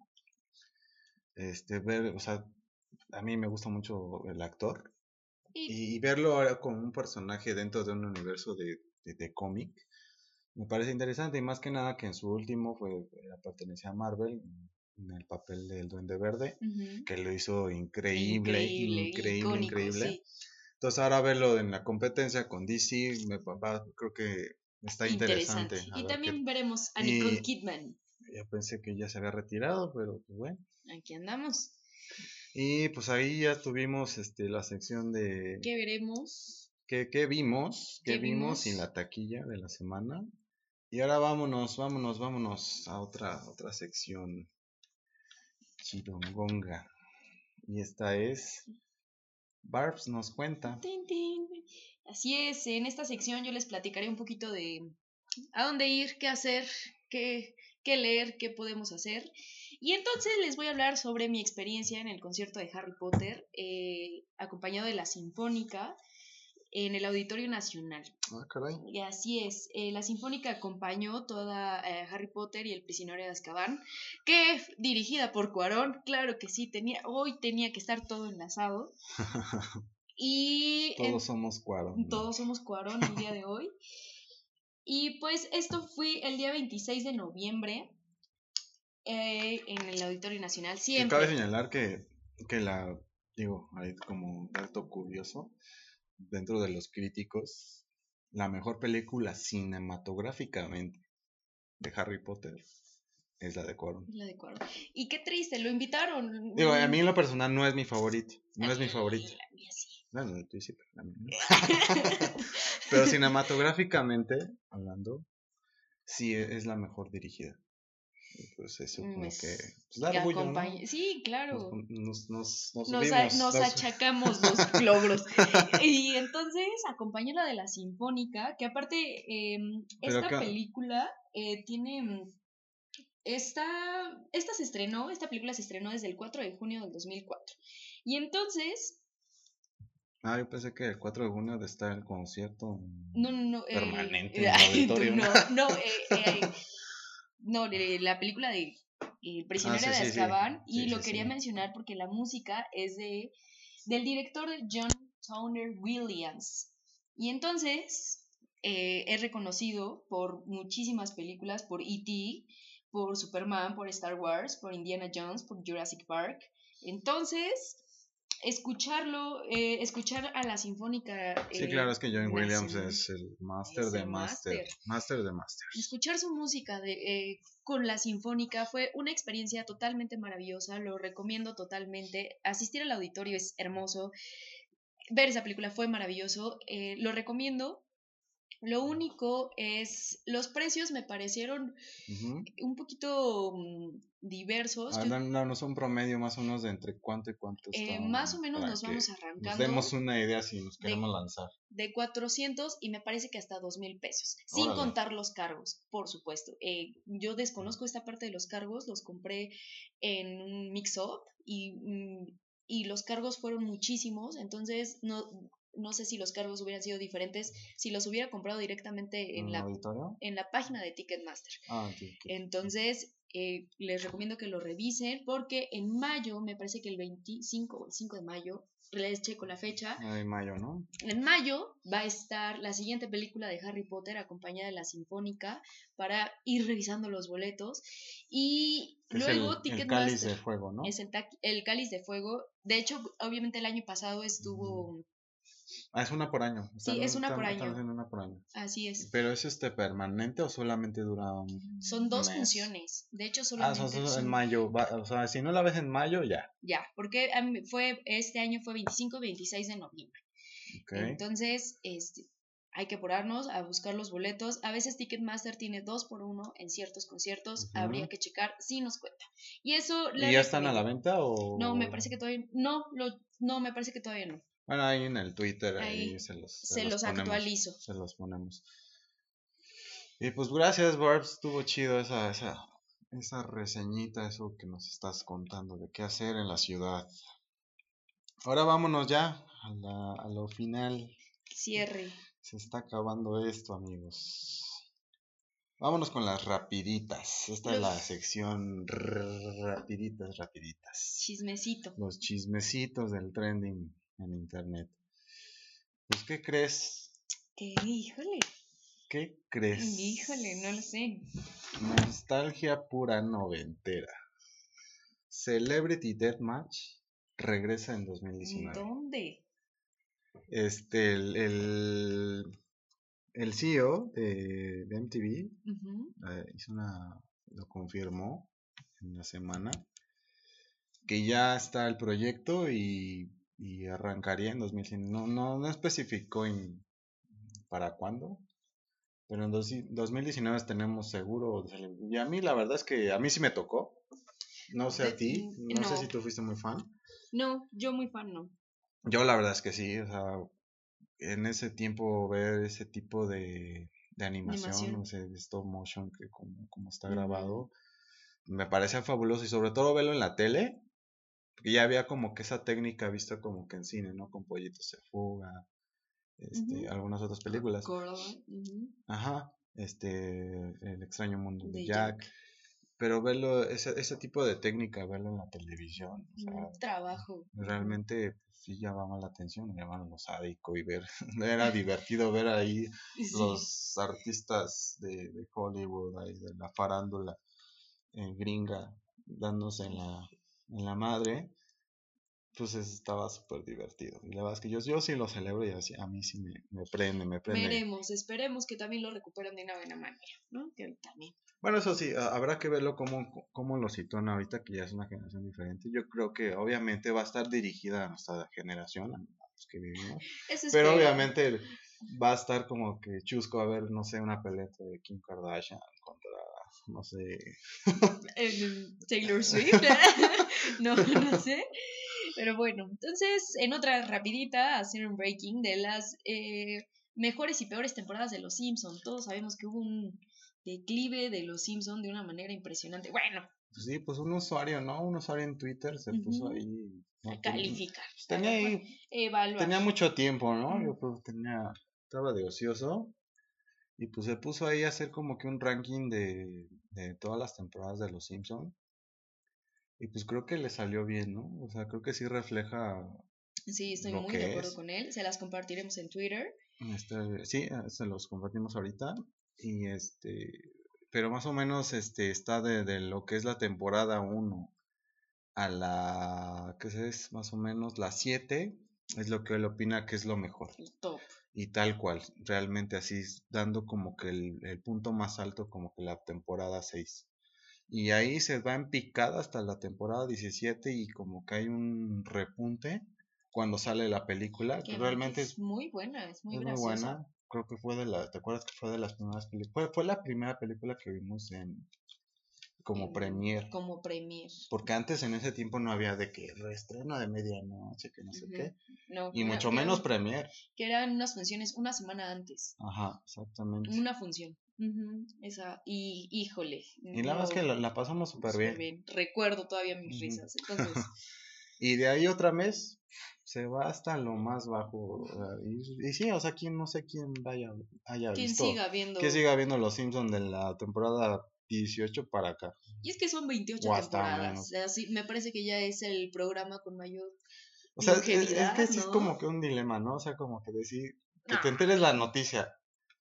Este, ver, o sea, a mí me gusta mucho el actor. Y, y verlo ahora como un personaje dentro de un universo de, de, de cómic me parece interesante. Y más que nada que en su último fue, pertenecía a Marvel, en el papel del Duende Verde, uh-huh. que lo hizo increíble, increíble, increíble, icónico, increíble. Sí. Entonces ahora verlo en la competencia con D C, me, va, creo que está interesante. interesante. Y también qué... veremos a Nicole y Kidman. Ya pensé que ya se había retirado, pero pues bueno. Aquí andamos. Y pues ahí ya tuvimos este, la sección de... ¿Qué veremos? ¿Qué, qué vimos? ¿Qué, ¿Qué vimos? vimos? Y la taquilla de la semana. Y ahora vámonos, vámonos, vámonos a otra, otra sección chidongonga. Y esta es Barbs nos cuenta. Tin, tin. Así es, en esta sección yo les platicaré un poquito de a dónde ir, qué hacer, qué, qué leer, qué podemos hacer. Y entonces les voy a hablar sobre mi experiencia en el concierto de Harry Potter, eh, acompañado de la Sinfónica en el Auditorio Nacional. Ah, caray. Y así es, eh, la Sinfónica acompañó toda eh, Harry Potter y el prisionero de Azkaban, que dirigida por Cuarón, claro que sí, tenía, hoy tenía que estar todo enlazado. Y Todos en, somos Cuarón. todos somos Cuarón el día de hoy. Y pues esto fue el día veintiséis de noviembre eh, en el Auditorio Nacional. Que Siempre. cabe señalar que, que la, digo, ahí como dato curioso, dentro de los críticos, la mejor película cinematográficamente de Harry Potter es la de Cuarón. La de Cuarón. Y qué triste, lo invitaron. Digo, a mí en lo personal no es mi favorito, no A es mi mí, favorito. la mía sí. Bueno, tú sí, pero la mía no. Pero cinematográficamente hablando, sí es la mejor dirigida. Y pues eso como Es que pues, da que orgullo, ¿no? acompañe- Sí, claro. Nos, nos, nos, nos Nos, a- subimos. nos nos- achacamos los logros. Y entonces acompañó la de la Sinfónica, que aparte eh, Pero esta que, película eh, tiene... mm, Esta, esta se estrenó, esta película se estrenó desde el cuatro de junio del dos mil cuatro. Y entonces, ah, yo pensé que el cuatro de junio de estar el concierto no, no, no, eh, permanente en el ay, tú auditorio. no, no, eh, eh, no, eh, la película de El Ah, prisionero sí, de sí, sí. Azkaban, y Sí, lo sí, quería sí. mencionar porque la música es de del director John Towner Williams. Y entonces eh, es reconocido por muchísimas películas, por E T, por Superman, por Star Wars, por Indiana Jones, por Jurassic Park. Entonces, escucharlo, eh, escuchar a la Sinfónica Sí, eh, claro, es que John Williams Nacional, es el máster es de el máster. máster. Máster de masters. Escuchar su música de, eh, con la Sinfónica fue una experiencia totalmente maravillosa, lo recomiendo totalmente. Asistir al auditorio es hermoso, ver esa película fue maravilloso, eh, lo recomiendo. Lo único es, los precios me parecieron Uh-huh. un poquito um, diversos. Ah, Yo, danos un promedio más o menos de entre cuánto y cuánto eh, está más o menos para nos que vamos nos arrancando demos una idea si nos de, queremos lanzar. de cuatrocientos y me parece que hasta dos mil pesos, sin Órale. contar los cargos, por supuesto. Eh, yo desconozco esta parte de los cargos, los compré en un mix-up y, mm, y los cargos fueron muchísimos, entonces no, no sé si los cargos hubieran sido diferentes si los hubiera comprado directamente en ¿En el la, auditorio? en la página de Ticketmaster. Ah, entiendo. Entonces, eh, les recomiendo que lo revisen porque en mayo, me parece que el veinticinco o el cinco de mayo, les checo la fecha, Ah, en mayo, ¿no? en mayo va a estar la siguiente película de Harry Potter acompañada de la Sinfónica para ir revisando los boletos. Y Que es luego el, el cáliz Ticketmaster de fuego, ¿no? es el, ta- el cáliz de fuego. De hecho, obviamente el año pasado estuvo... Ah, es una por año. Sí, Están, es una están, por están año. haciendo una por año. Así es. ¿Pero es este permanente o solamente dura un Son dos mes? funciones. De hecho, Ah, solamente son, son en son... mayo. Va- o sea, si no la ves en mayo, ya. Ya, porque a mí fue este año fue veinticinco y veintiséis de noviembre. Ok. Entonces, este, hay que apurarnos a buscar los boletos. A veces Ticketmaster tiene dos por uno en ciertos conciertos. Ujú. Habría que checar si nos cuenta. Y eso ¿Y les ya están a la recomiendo. venta o...? No, me parece que todavía no, lo, no, me parece que todavía no. Bueno, ahí en el Twitter, ahí Ahí se los, se se los los ponemos. actualizo. Se los ponemos. Y pues gracias, Barbs. Estuvo chido esa, esa, esa reseñita, eso que nos estás contando de qué hacer en la ciudad. Ahora vámonos ya a, la, a lo final. Cierre. Se está acabando esto, amigos. Vámonos con las rapiditas. Esta Los- es la sección rapiditas, rapiditas. Chismecito. Los chismecitos del trending en internet. Pues, ¿qué crees? Que, híjole, ¿Qué crees? híjole, no lo sé. Nostalgia pura noventera. Celebrity Deathmatch regresa en dos mil diecinueve. ¿Dónde? Este, el, el, el C E O de, de M T V Ujú. eh, hizo una, lo confirmó en la semana que ya está el proyecto y y arrancaría en dos mil cien. No, no, no especificó en para cuándo, pero en dos, dos mil diecinueve tenemos seguro. Y a mí la verdad es que a mí sí me tocó. No sé a ti, De, no sé si no, tú fuiste muy fan. no, yo muy fan no. Yo la verdad es que sí, o sea, en ese tiempo ver ese tipo de, de animación, Animación. o sea, de stop motion, que como, como está Ujú. grabado, me parecía fabuloso y sobre todo verlo en la tele, porque ya había como que esa técnica vista como que en cine, ¿no? Con Pollitos se fuga, este, Ujú. algunas otras películas. Coraline. Ujú. Ajá, este, El extraño mundo de De Jack. Jack. Pero verlo, ese, ese tipo de técnica, verlo en la televisión, o sea, Un trabajo. Ujú. realmente pues, sí llamaba la atención, me llamaban los sádico y ver, era divertido ver ahí Sí. los artistas de, de Hollywood, ahí de la farándula eh, gringa, dándose en la, en la madre, pues estaba súper divertido. Y la verdad es que yo, yo sí lo celebro y así, a mí sí me, me prende, me prende. Veremos, esperemos que también lo recuperen de una buena manera, ¿no? Que también. Bueno, eso sí, a- habrá que verlo cómo, cómo lo sitúan ahorita, que ya es una generación diferente. Yo creo que obviamente va a estar dirigida a nuestra generación, a los que vivimos. Eso Pero espero. obviamente va a estar como que chusco a ver, no sé, una pelea de Kim Kardashian contra, no sé. El Taylor Swift. No, no sé. Pero bueno, entonces, en otra rapidita, hacer un breaking de las eh, mejores y peores temporadas de Los Simpson. Todos sabemos que hubo un declive de Los Simpson de una manera impresionante. Bueno, Pues sí, pues un usuario, ¿no? Un usuario en Twitter se puso ujú, ahí. a No, pues, calificar, pues a tenía bueno, ahí, evaluar. tenía mucho tiempo, ¿no? Mm. Yo creo que tenía, estaba de ocioso. Y pues se puso ahí a hacer como que un ranking de, de todas las temporadas de Los Simpson. Y pues creo que le salió bien, ¿no? O sea, creo que sí refleja Sí, estoy lo muy de que acuerdo es. con él. Se las compartiremos en Twitter. Este, sí, eh, se los compartimos ahorita. Y este, pero más o menos este está de, de lo que es la temporada uno a la, ¿qué es? Más o menos la siete es lo que él opina que es lo mejor. Top. Y tal cual, realmente así, dando como que el, el punto más alto como que la temporada seis. Y ahí se va en picada hasta la temporada diecisiete y como que hay un repunte cuando sale la película, que Que, que realmente es es, muy buena, es muy es muy graciosa. buena. Creo que fue de la, ¿te acuerdas que fue de las primeras películas? Fue, fue la primera película que vimos en como En- premier. como premier. Porque antes en ese tiempo no había de que reestreno de medianoche, que no sé Ujú. qué. No, Y que, era- mucho que menos eran, premier. que eran unas funciones una semana antes. Ajá, exactamente. Una función. Ujú. Esa, y híjole, Y la verdad es no, que la, la pasamos súper súper bien. bien. Recuerdo todavía mis Ujú. risas. Entonces, Y de ahí otra vez se va hasta lo más bajo. O sea, y, y sí, o sea, quién no sé quién vaya, haya quien visto, siga que viendo. siga viendo Los Simpsons de la temporada dieciocho para acá. Y es que son veintiocho O hasta temporadas. menos. Así, me parece que ya es el programa con mayor O sea, es, es que longevidad, sí es ¿no? como que un dilema, ¿no? O sea, como que decir, que No. te enteres la noticia,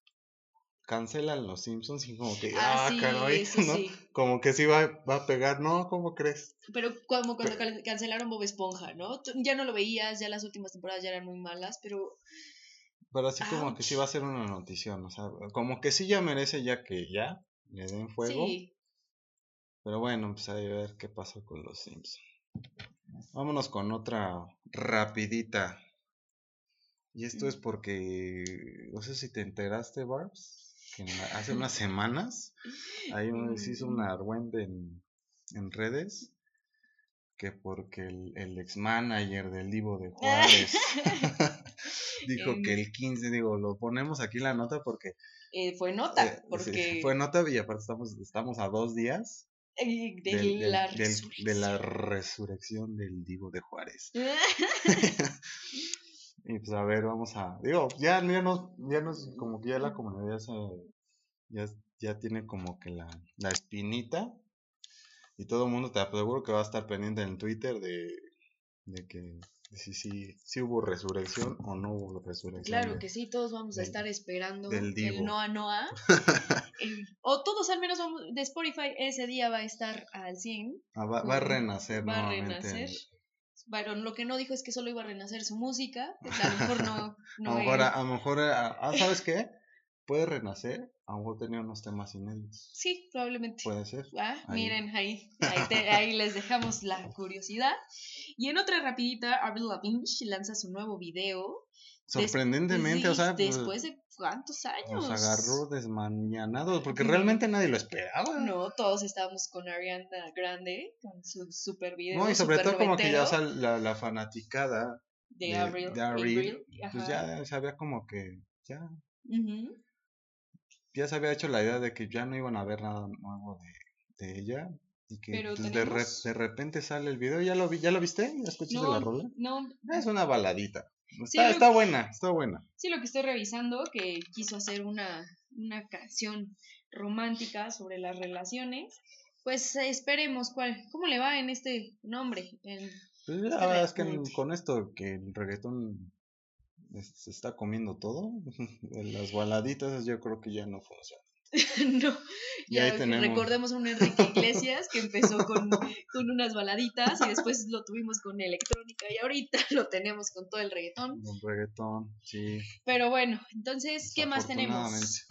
cancelan Los Simpsons y como que, Ah, ah, sí, caray, eso ¿no? sí. Como que sí va, va a pegar, ¿no? ¿Cómo crees? Pero como cuando Pe- cal- cancelaron Bob Esponja, ¿no? Tú ya no lo veías, ya las últimas temporadas ya eran muy malas, pero Pero así como que sí va a ouch. ser una notición, o sea, como que sí ya merece ya que ya le den fuego. Sí. Pero bueno, pues ahí a ver qué pasó con los Sims. Vámonos con otra rapidita. Y esto es porque, no sé si te enteraste, Barbs, que en la- hace unas semanas ahí un- se hizo un Mm. argüende en, en redes que porque el, el ex manager del Divo de Juárez dijo que Em, el quince, digo, lo ponemos aquí en la nota porque eh, fue eh, nota, sí, fue porque nota y aparte estamos, estamos a dos días eh, del, de del, la del, de la resurrección. resurrección del Divo de Juárez. Y pues a ver, vamos a. Digo, ya, ya nos, ya nos, como que ya la comunidad ya, se, ya, ya tiene como que la, la espinita. Y todo el mundo te aseguro que va a estar pendiente en Twitter de, de que de si, si, si hubo resurrección o no hubo resurrección Claro de, que sí, todos vamos a del, estar esperando del que el Divo. Noa Noa, eh, o todos al menos vamos, de Spotify ese día va a estar al cien, Ah, va, va a con, renacer va a nuevamente. renacer. El, Bueno, lo que no dijo es que solo iba a renacer su música, a lo mejor no, a lo no mejor, a, él. a lo mejor, a- ah, ¿sabes qué? puede renacer, a lo mejor tenía unos temas inéditos. Sí, probablemente. Puede ser. Ah, Ahí. miren, ahí, ahí, te- ahí les dejamos la curiosidad. Y en otra rapidita, Avril Lavigne lanza su nuevo video. Sorprendentemente, Des- o sea, pues, después de cuántos años. nos agarró desmañanados, porque realmente nadie lo esperaba. No, todos estábamos con Ariana Grande, con su super video. No, y sobre super todo como que ya, o noventero sea, la, la fanaticada de, de, Avril, de Avril, Avril, pues ajá. ya sabía como que, ya, Ujú. ya se había hecho la idea de que ya no iban a ver nada nuevo de, de ella. Y que Pero pues, de, re- tenemos. de repente sale el video, ¿ya lo vi, ya lo viste? ¿Ya escuchaste la No, rola? no. Es una baladita. Sí, Está, lo, está buena, está buena. sí, lo que estoy revisando, que quiso hacer una, una canción romántica sobre las relaciones. Pues eh, esperemos cuál, cómo le va en este nombre. En Pues la este verdad es que repunte. con esto que el reggaetón es- se está comiendo todo, las baladitas yo creo que ya no funcionan. No, Y ahí ya tenemos. recordemos a un Enrique Iglesias que empezó con, con unas baladitas y después lo tuvimos con electrónica y ahorita lo tenemos con todo el reggaetón. Un reggaetón, sí. Pero bueno, entonces, ¿qué más Desafortunadamente. tenemos?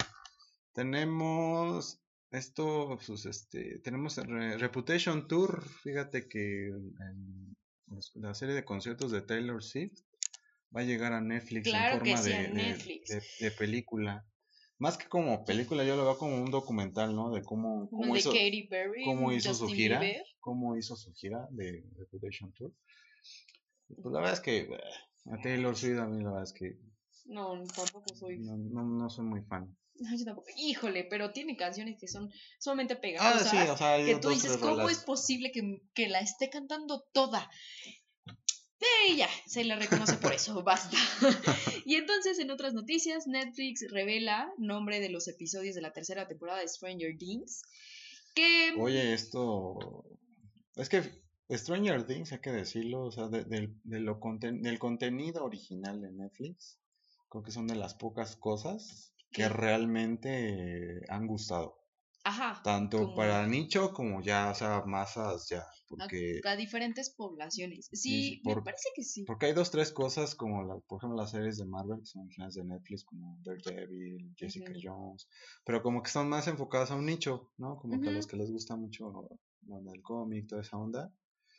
Tenemos esto, pues este, tenemos el Re- Reputation Tour. Fíjate que en los- la serie de conciertos de Taylor Swift va a llegar a Netflix en Claro que forma sí, de, a de, Netflix. de- de película. Más que como película, yo lo veo como un documental, ¿no? De cómo, Como el cómo de hizo, Katy Perry, cómo hizo su Justin gira, Bieber. cómo hizo su gira de Reputation Tour. Pues la verdad es que eh, a Taylor Swift a mí la verdad es que No, tampoco soy. no, no, no soy muy fan. No, yo tampoco. Híjole, pero tiene canciones que son sumamente Ah, pegajosas. sí, o sea, hay que tú dos, dices, tres ¿cómo rolas. es posible que, que la esté cantando toda? Y ya, se le reconoce por eso, basta. Y entonces, en otras noticias, Netflix revela nombre de los episodios de la tercera temporada de Stranger Things. Que. Oye, esto. Es que Stranger Things, hay que decirlo, o sea, de, de- de lo conten- del contenido original de Netflix, creo que son de las pocas cosas que ¿Qué? realmente han gustado. Ajá. Tanto como para nicho como ya, o sea, masas ya. Porque, a, a diferentes poblaciones. sí, Sí, sí, me por- parece que sí. porque hay dos, tres cosas como, la, por ejemplo, las series de Marvel, que son originales de Netflix, como Daredevil, Jessica Ujú. Jones, pero como que están más enfocadas a un nicho, ¿no? Como que a los Ujú. que les gusta mucho la onda del cómic, toda esa onda.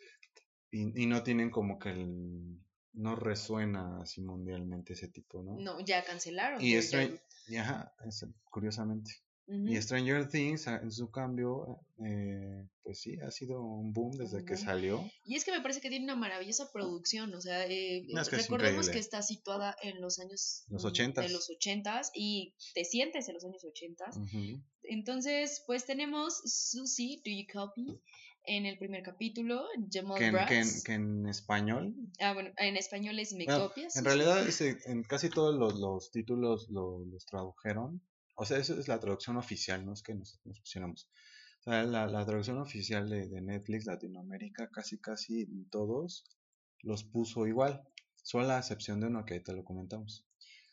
Y, y no tienen como que el... No resuena así mundialmente ese tipo, ¿no? No, ya cancelaron. Y, Daredevil. Stran- y ajá, es- curiosamente. Ujú. Y Stranger Things, a- en su cambio, eh, pues sí, ha sido un boom desde Un que boom. salió. Y es que me parece que tiene una maravillosa producción, o sea, eh, No, es que es recordemos increíble. que está situada en los años Los mm, ochentas. de los ochentas y te sientes en los años ochentas. Ujú. Entonces, pues tenemos Susie, Do You Copy? En el primer capítulo, Jamal Que en, que, en, Bratz. que en español, Ah, bueno, en español es Me bueno, copias. en Susie? realidad ese- en casi todos los, los títulos lo- los tradujeron. O sea, eso es la traducción oficial, no es que nos, nos pusiéramos. O sea, la, la traducción oficial de, de Netflix Latinoamérica, casi casi todos los puso igual. Solo la excepción de uno que ahorita lo comentamos.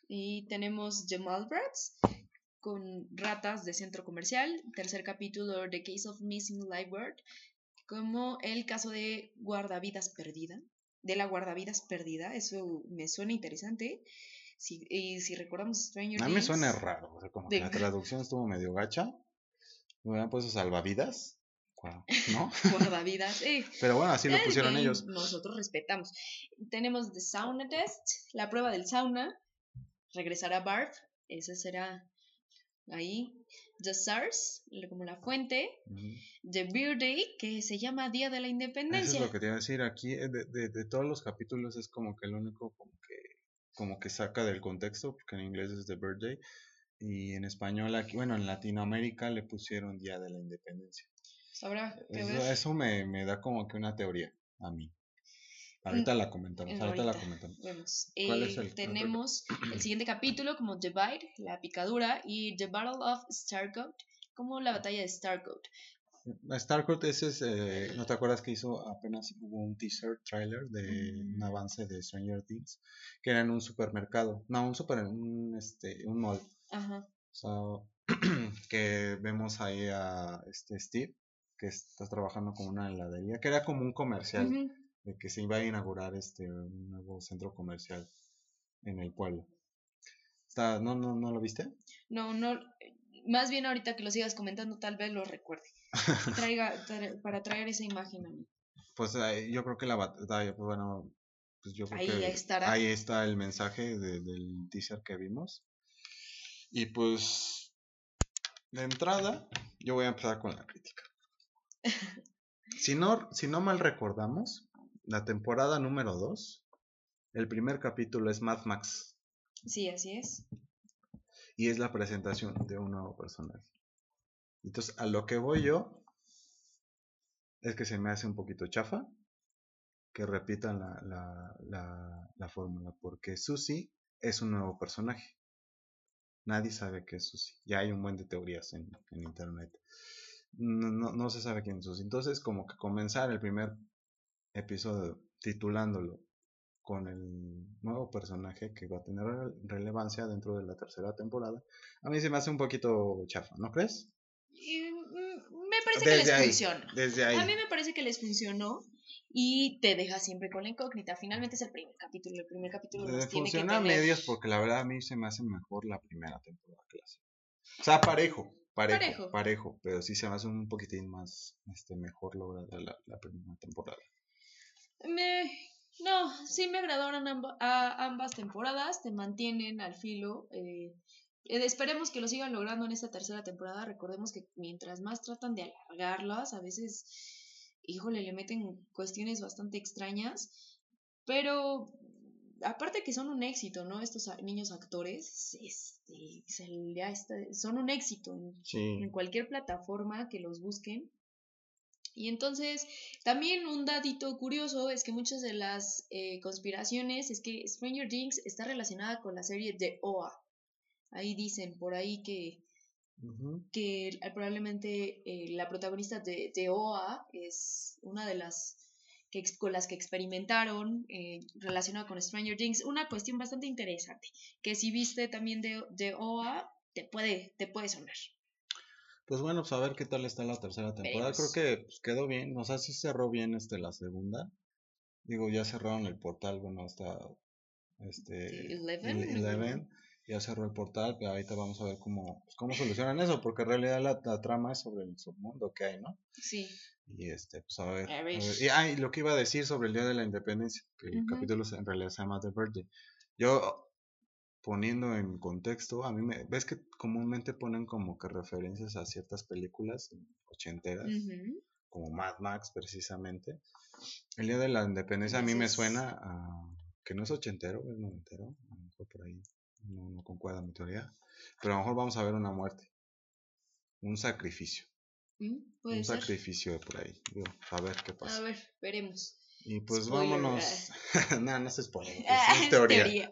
Y tenemos Jamal Bratz con ratas de centro comercial. Tercer capítulo, The Case of Missing Lifeguard, como el caso de guardavidas perdida, de la guardavidas perdida. Eso me suena interesante. Si, y si recordamos Stranger A mí me Things, suena raro, o sea, como que de la traducción estuvo medio gacha. Me hubieran puesto salvavidas, guau, ¿no? guardavidas, eh, Pero bueno, así lo eh, pusieron bien, ellos. nosotros respetamos. Tenemos The Sauna Test, la prueba del sauna. Regresará Barb, ese será ahí. The SARS, como la fuente. Ujú. The Beer Day, que se llama Día de la Eso Independencia. es lo que te iba a decir. Aquí, eh, de, de, de todos los capítulos, es como que el único como que, como que saca del contexto, porque en inglés es The Birthday. Y en español, aquí, bueno, en Latinoamérica le pusieron Día de la Independencia. Habrá que Eso, ver. eso me, me da como que una teoría a mí. Ahorita la comentamos, Mm, ahorita la ahorita comentamos. vemos. ¿Cuál Eh, es el tenemos el siguiente capítulo como The Bite, la picadura, y The Battle of Starcourt, como la batalla de Starcourt. Starcourt, ese es, eh, ¿no te acuerdas que hizo apenas hubo un teaser trailer de Mm. un avance de Stranger Things? Que era en un supermercado, no, un super, un, este, un mall. Ajá. O sea, que vemos ahí a este Steve, que está trabajando como una heladería, que era como un comercial, Ujú. de que se iba a inaugurar este un nuevo centro comercial en el pueblo. Está, ¿no, no, ¿No lo viste? No, no, más bien ahorita que lo sigas comentando tal vez lo recuerde. Y traiga, tra- para traer esa imagen a mí. Pues eh, yo creo que la batalla, pues bueno, pues yo creo Ahí que estará. ahí está el mensaje de, del teaser que vimos. Y pues, de entrada, yo voy a empezar con la crítica. Si no, si no mal recordamos, la temporada número dos, el primer capítulo es Mad Max. Sí, así es. Y es la presentación de un nuevo personaje. Entonces, a lo que voy yo es que se me hace un poquito chafa que repitan la, la, la, la fórmula, porque Susie es un nuevo personaje. Nadie sabe qué es Susie. Ya hay un buen de teorías en, en internet. No, no, no se sabe quién es Susie. Entonces, como que comenzar el primer episodio titulándolo con el nuevo personaje que va a tener relevancia dentro de la tercera temporada, a mí se me hace un poquito chafa, ¿no crees? Y, mm, me parece que Desde les ahí, funciona. desde A mí ahí. me parece que les funcionó y te deja siempre con la incógnita. Finalmente es el primer capítulo. El primer capítulo Eh, nos tiene que funciona a tener medias porque la verdad a mí se me hace mejor la primera temporada que la segunda. O sea, parejo, parejo, parejo. parejo, pero sí se me hace un poquitín más este, mejor lograda la, la primera temporada. Me, no, sí me agradaron amba- a ambas temporadas. Te mantienen al filo. eh, eh, esperemos que lo sigan logrando en esta tercera temporada. Recordemos que mientras más tratan de alargarlas, a veces, híjole, le meten cuestiones bastante extrañas. Pero aparte que son un éxito, ¿no? Estos a- niños actores, este, se- ya está- son un éxito en, Sí. en cualquier plataforma que los busquen. Y entonces, también un datito curioso es que muchas de las eh, conspiraciones es que Stranger Things está relacionada con la serie de O A. Ahí dicen por ahí que, Uh-huh. que probablemente eh, la protagonista de, de O A es una de las que, con las que experimentaron eh, relacionada con Stranger Things. Una cuestión bastante interesante, que si viste también de, de O A, te puede, te puede sonar. Pues bueno, pues a ver qué tal está la tercera temporada. Veremos. Creo que pues, quedó bien, o sea, sí cerró bien este la segunda. Digo, ya cerraron el portal, bueno, hasta este Eleven. Eleven, ya cerró el portal, pero ahorita vamos a ver cómo, pues, cómo solucionan eso, porque en realidad la, la trama es sobre el submundo que hay, ¿no? Sí. Y este, pues a ver, A a ver. ver. Y, ah, y lo que iba a decir sobre el Día de la Independencia, que el Ujú. capítulo en realidad se llama The Birthday. Yo, poniendo en contexto, a mí me, ves que comúnmente ponen como que referencias a ciertas películas ochenteras, Ujú. como Mad Max precisamente. El Día de la Independencia a mí Ese me es- suena a que no es ochentero, es noventero, a lo mejor por ahí no, no concuerda mi teoría, pero a lo mejor vamos a ver una muerte, un sacrificio, Mm, Puede un ser. sacrificio de por ahí, digo, a ver qué A pasa. ver, veremos. Y pues Spoiler. vámonos, nada, no se spoiler, pues Ah, es es teoría. teoría.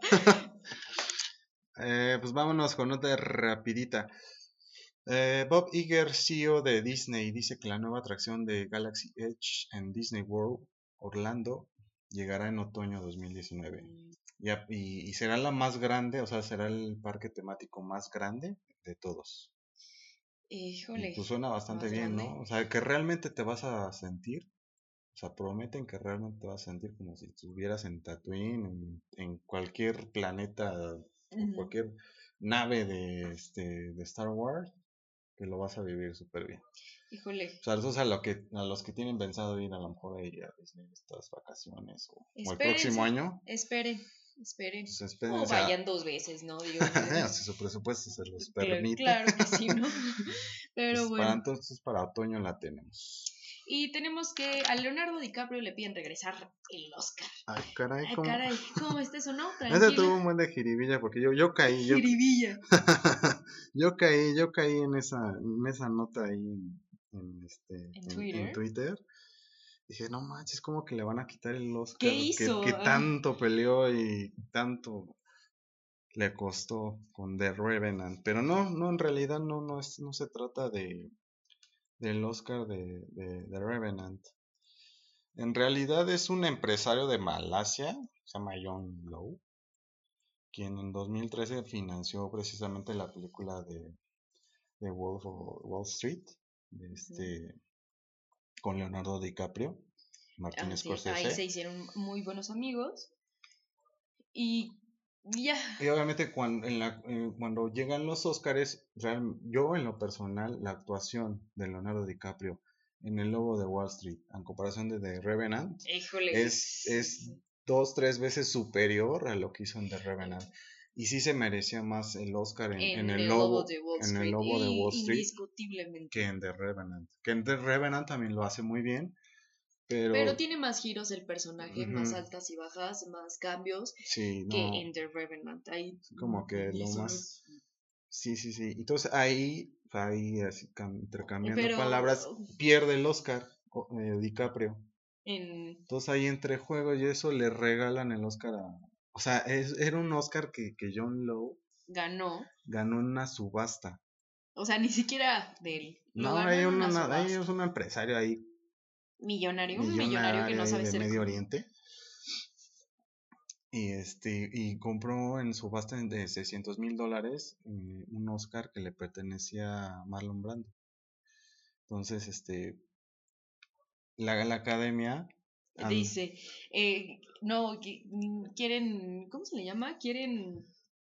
Eh, pues vámonos con otra rapidita. Eh, Bob Iger, C E O de Disney, dice que la nueva atracción de Galaxy Edge en Disney World Orlando llegará en otoño dos mil diecinueve. Y, a- y- y será la más grande, o sea, será el parque temático más grande de todos. Y Híjole. pues suena bastante Más bien, grande. ¿no? O sea, que realmente te vas a sentir, o sea, prometen que realmente te vas a sentir como si estuvieras en Tatooine, en, en cualquier planeta o Ujú. cualquier nave de, este, de Star Wars, que lo vas a vivir súper bien. Híjole. O sea, eso es a, lo que, a los que tienen pensado ir a lo mejor a ir a Disney estas vacaciones o, o el próximo Espérense. año, Esperen. Esperen. pues O espérense a, vayan dos veces, ¿no? Digo, si su presupuesto se los cl- permite, claro que sí, ¿no? Pero pues para bueno. entonces para otoño la tenemos. Y tenemos que a Leonardo DiCaprio le piden regresar el Oscar. Ay, caray, Ay, ¿cómo? caray, ¿cómo está eso, no? Ese Tranquilo. tuvo un buen de jiribilla porque yo, yo caí, yo, Jiribilla. yo caí, yo caí en esa, en esa nota ahí en, en este, En en, Twitter. en Twitter. Dije, no manches, como que le van a quitar el Oscar ¿Qué que, hizo? que Ah. tanto peleó y tanto le costó con The Revenant. Pero no, no, en realidad no, no, es, no se trata de del Oscar de, de, de Revenant. En realidad es un empresario de Malasia, se llama John Lowe, quien en dos mil trece financió precisamente la película de, de Wolf of Wall Street, de este, con Leonardo DiCaprio, Martin Así es, ahí Scorsese. se hicieron muy buenos amigos. Y Ya. Y obviamente cuando, en la, eh, cuando llegan los Óscares, real- yo en lo personal, la actuación de Leonardo DiCaprio en El Lobo de Wall Street, en comparación de The Revenant, Híjole. es, es dos, tres veces superior a lo que hizo en The Revenant. Y sí se merecía más el Oscar en, En, en el el Lobo, lobo de Wall en el Street. Lobo de Y, Wall Street indiscutiblemente. que en The Revenant. Que en The Revenant también lo hace muy bien, pero... Pero tiene más giros el personaje, Ujú. más altas y bajas, más cambios Sí, no, que en The Revenant. Ahí como que lo hizo más... Sí, sí, sí. Entonces ahí, ahí así cam- intercambiando Pero palabras, pierde el Oscar o- eh, DiCaprio. en, Entonces ahí entre juegos y eso le regalan el Oscar a... O sea, es- era un Oscar que, que John Lowe ganó, ganó en una subasta. o sea, ni siquiera de él. Lo No, ganó hay en un, una una- hay subasta. es un empresario ahí, Millonario, un millonario que millonario no ahí sabe de ser Medio cruel. Oriente. Y este, y compró en subasta de seiscientos mil dólares eh, un Oscar que le pertenecía a Marlon Brando. Entonces, este, la, la academia an- Dice, eh, no, qui- mm, quieren, ¿cómo se le llama? Quieren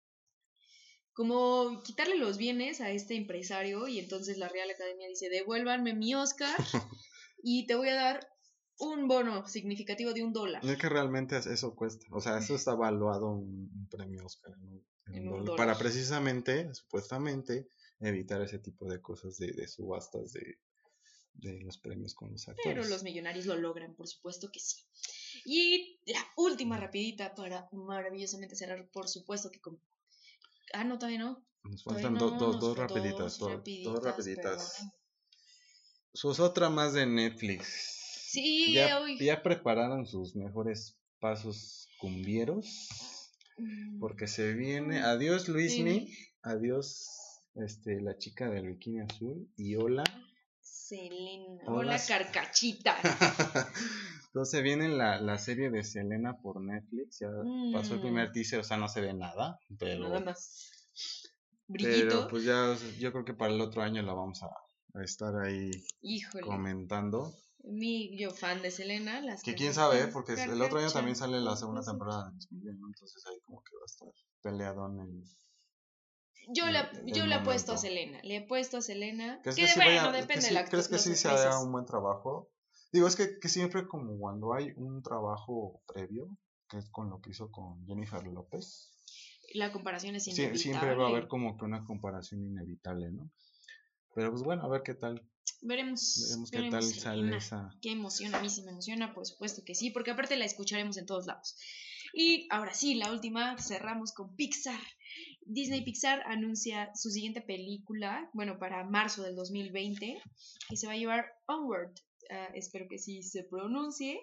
como quitarle los bienes a este empresario y entonces la Real Academia dice, devuélvanme mi Oscar y te voy a dar un bono significativo de un dólar es que realmente es- eso cuesta. O sea, eso está valuado un, un premio Oscar en un, en un en un dólar. dólar. Para precisamente, supuestamente, evitar ese tipo de cosas de, de subastas de, de los premios con los actores. Pero los millonarios lo logran, por supuesto que sí. Y la última rapidita para maravillosamente cerrar, por supuesto que con... Ah, no, todavía no. Nos Todavía faltan do- no, do- nos dos faltan rapiditas, dos do- dos rapiditas, rapiditas. perdonen. Sus otra más de Netflix. Sí, ¿Ya, hoy. ya prepararon sus mejores pasos cumbieros? Mm, Porque se viene. Adiós, sí. Luismi. Adiós, este, la chica del bikini azul. Y hola. Selena. Hola. Hola, carcachita. Entonces viene la, la serie de Selena por Netflix. Ya pasó el primer Mm, teaser, o sea, no se ve nada. Pero, nada más. pero Brillito. pues ya, yo creo que para el otro año la vamos a, a estar ahí Híjole. comentando. Mi, yo fan de Selena. Las Que que quién me sabe, gustan, porque el otro año también sale la carcacha, segunda carcacha. temporada de Luis Miguel, ¿no? Entonces ahí como que va a estar peleadón el, Yo, el, la, el yo le he puesto a momento. Selena. Le he puesto a Selena. ¿Crees Que, que sí bueno, vaya, que depende sí, de la crees actu- que los sí se meses. haga un buen trabajo? Digo, es que, que siempre como cuando hay un trabajo previo, que es con lo que hizo con Jennifer López, La comparación es sie- inevitable. siempre va a haber como que una comparación inevitable, ¿no? Pero pues bueno, a ver qué tal. Veremos, Veremos qué veremos, tal sale Selena. esa. Qué emoción, a mí sí me emociona, por supuesto que sí, porque aparte la escucharemos en todos lados. Y ahora sí, la última, cerramos con Pixar. Disney Pixar anuncia su siguiente película, bueno, para marzo del dos mil veinte, que se va a llevar Onward. Uh, espero que sí se pronuncie.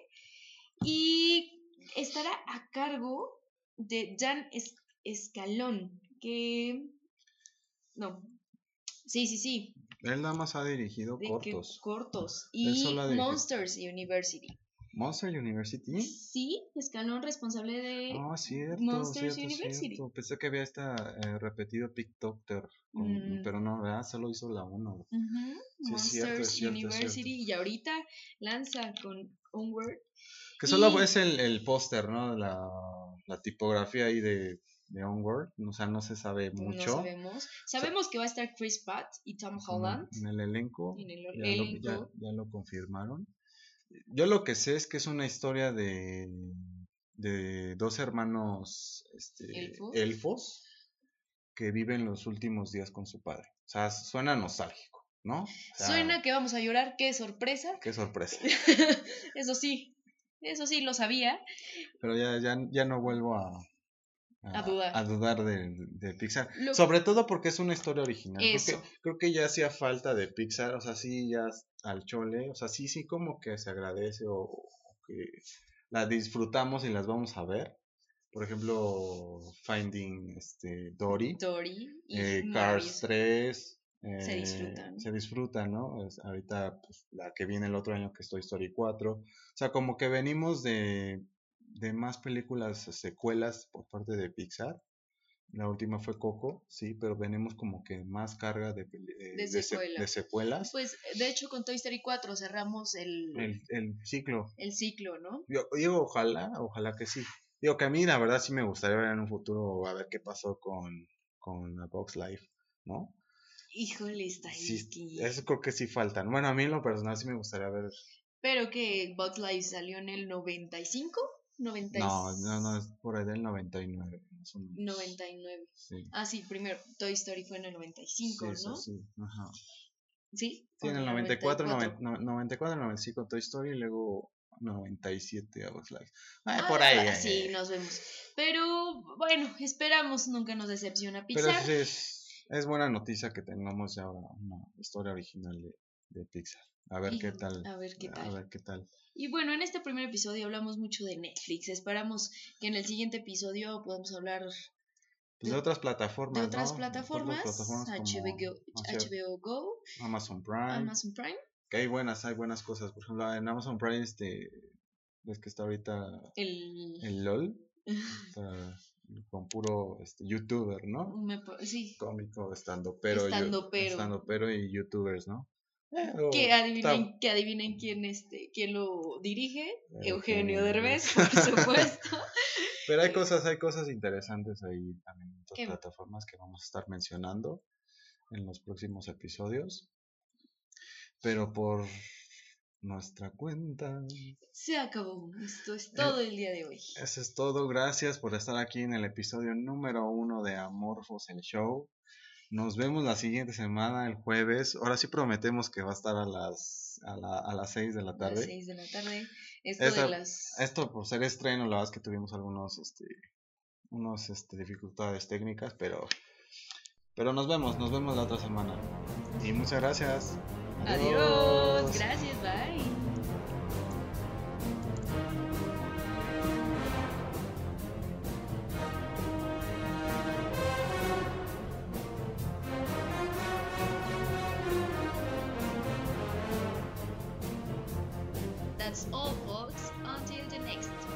Y estará a cargo de Jan es Escalón, que... No, sí, sí, sí. Él nada más ha dirigido De cortos. Que, cortos. Él Y solo ha dirigido. Monsters University. Monster University. Sí, Escalón responsable de Ah, cierto, Monsters cierto, University. cierto. Pensé que había esta eh, repetido Pick Doctor, con, Mm. pero no, ¿verdad? Solo hizo la uno. Uh-huh. Sí, es cierto, Monsters es cierto, es University. cierto. Y ahorita lanza con Onward. Que y... solo es el, el póster, ¿no? La, la tipografía ahí de, de Onward. O sea, no se sabe mucho. No sabemos. Sabemos o sea, que va a estar Chris Pratt y Tom Holland. En el elenco. En el ya, elenco. Lo, ya, ya lo confirmaron. Yo lo que sé es que es una historia de, de dos hermanos este, elfos. elfos que viven los últimos días con su padre. O sea, suena nostálgico, ¿no? O sea, suena que vamos a llorar, qué sorpresa. Qué sorpresa. Eso sí, eso sí lo sabía. Pero ya, ya, ya no vuelvo a, a, a dudar, a dudar de, de Pixar. Lo... Sobre todo porque es una historia original. Eso. Creo que, creo que ya hacía falta de Pixar, o sea, sí, ya al chole, o sea, sí, sí, como que se agradece o, o que la disfrutamos y las vamos a ver. Por ejemplo, Finding este, Dory, Dory y eh, Cars tres. Eh, se disfrutan. Se disfrutan, ¿no? Es, ahorita, pues, la que viene el otro año, que es Toy Story cuatro. O sea, como que venimos de, de más películas, secuelas por parte de Pixar. La última fue Coco, sí, pero venimos como que más carga de, de, de, de, secuela. de secuelas. Pues, de hecho, con Toy Story cuatro cerramos el... El, el ciclo. El ciclo, ¿no? Yo digo, ojalá, ojalá que sí. Digo que a mí la verdad sí me gustaría ver en un futuro a ver qué pasó con, con la Box Life, ¿no? Híjole, está ahí. Sí, que- eso creo que sí faltan. Bueno, a mí en lo personal sí me gustaría ver. Pero que Bugs Life salió en el noventa y cinco, noventa y No, no, no, es por ahí del noventa y nueve, más o menos. noventa y nueve. Sí, Ah, sí, primero Toy Story fue en el noventa y cinco, sí, eso ¿no? sí, ajá. Sí, Sí, en o el en noventa y cuatro, noventa y cuatro. noventa, no- noventa y cuatro, noventa y cinco Toy Story y luego noventa y siete a Bugs Life. Ah, Ah, por ahí. sí, eh. nos vemos. Pero bueno, esperamos nunca nos decepciona Pero Pixar. sí es, es buena noticia que tengamos ya ahora una historia original de, de Pixar. A ver Y qué tal. a ver qué A tal. ver qué tal. Y bueno, en este primer episodio hablamos mucho de Netflix. Esperamos que en el siguiente episodio podamos hablar Pues de otras plataformas, de otras ¿no? plataformas, Otras plataformas H B O, como o sea, H B O Go, Amazon Prime. Amazon Prime. Que hay buenas, hay buenas cosas. Por ejemplo, en Amazon Prime, este, ves que está ahorita El... el LOL, está con puro este, youtuber, ¿no? Me pa- sí, Cómico, estando pero, Estando pero. estando pero y youtubers, ¿no? Pero que adivinen, está- que adivinen quién este, quién lo dirige, Eugenio Eugenio Derbez. Derbez, por supuesto. Pero hay cosas, hay cosas interesantes ahí también en otras ¿Qué? plataformas que vamos a estar mencionando en los próximos episodios. Pero por nuestra cuenta. Se acabó. Esto es todo el día de hoy. Eso es todo. Gracias por estar aquí en el episodio número uno de Amorphos el Show. Nos vemos la siguiente semana, el jueves. Ahora sí prometemos que va a estar a las a, la, a las seis de la A tarde. las seis de la tarde. Esto Esta- de las... Esto por ser estreno, la verdad es que tuvimos algunos este, unos este, dificultades técnicas, pero pero nos vemos, nos vemos la otra semana. Y muchas gracias. Adiós. Gracias, bye. That's all, folks. Until the next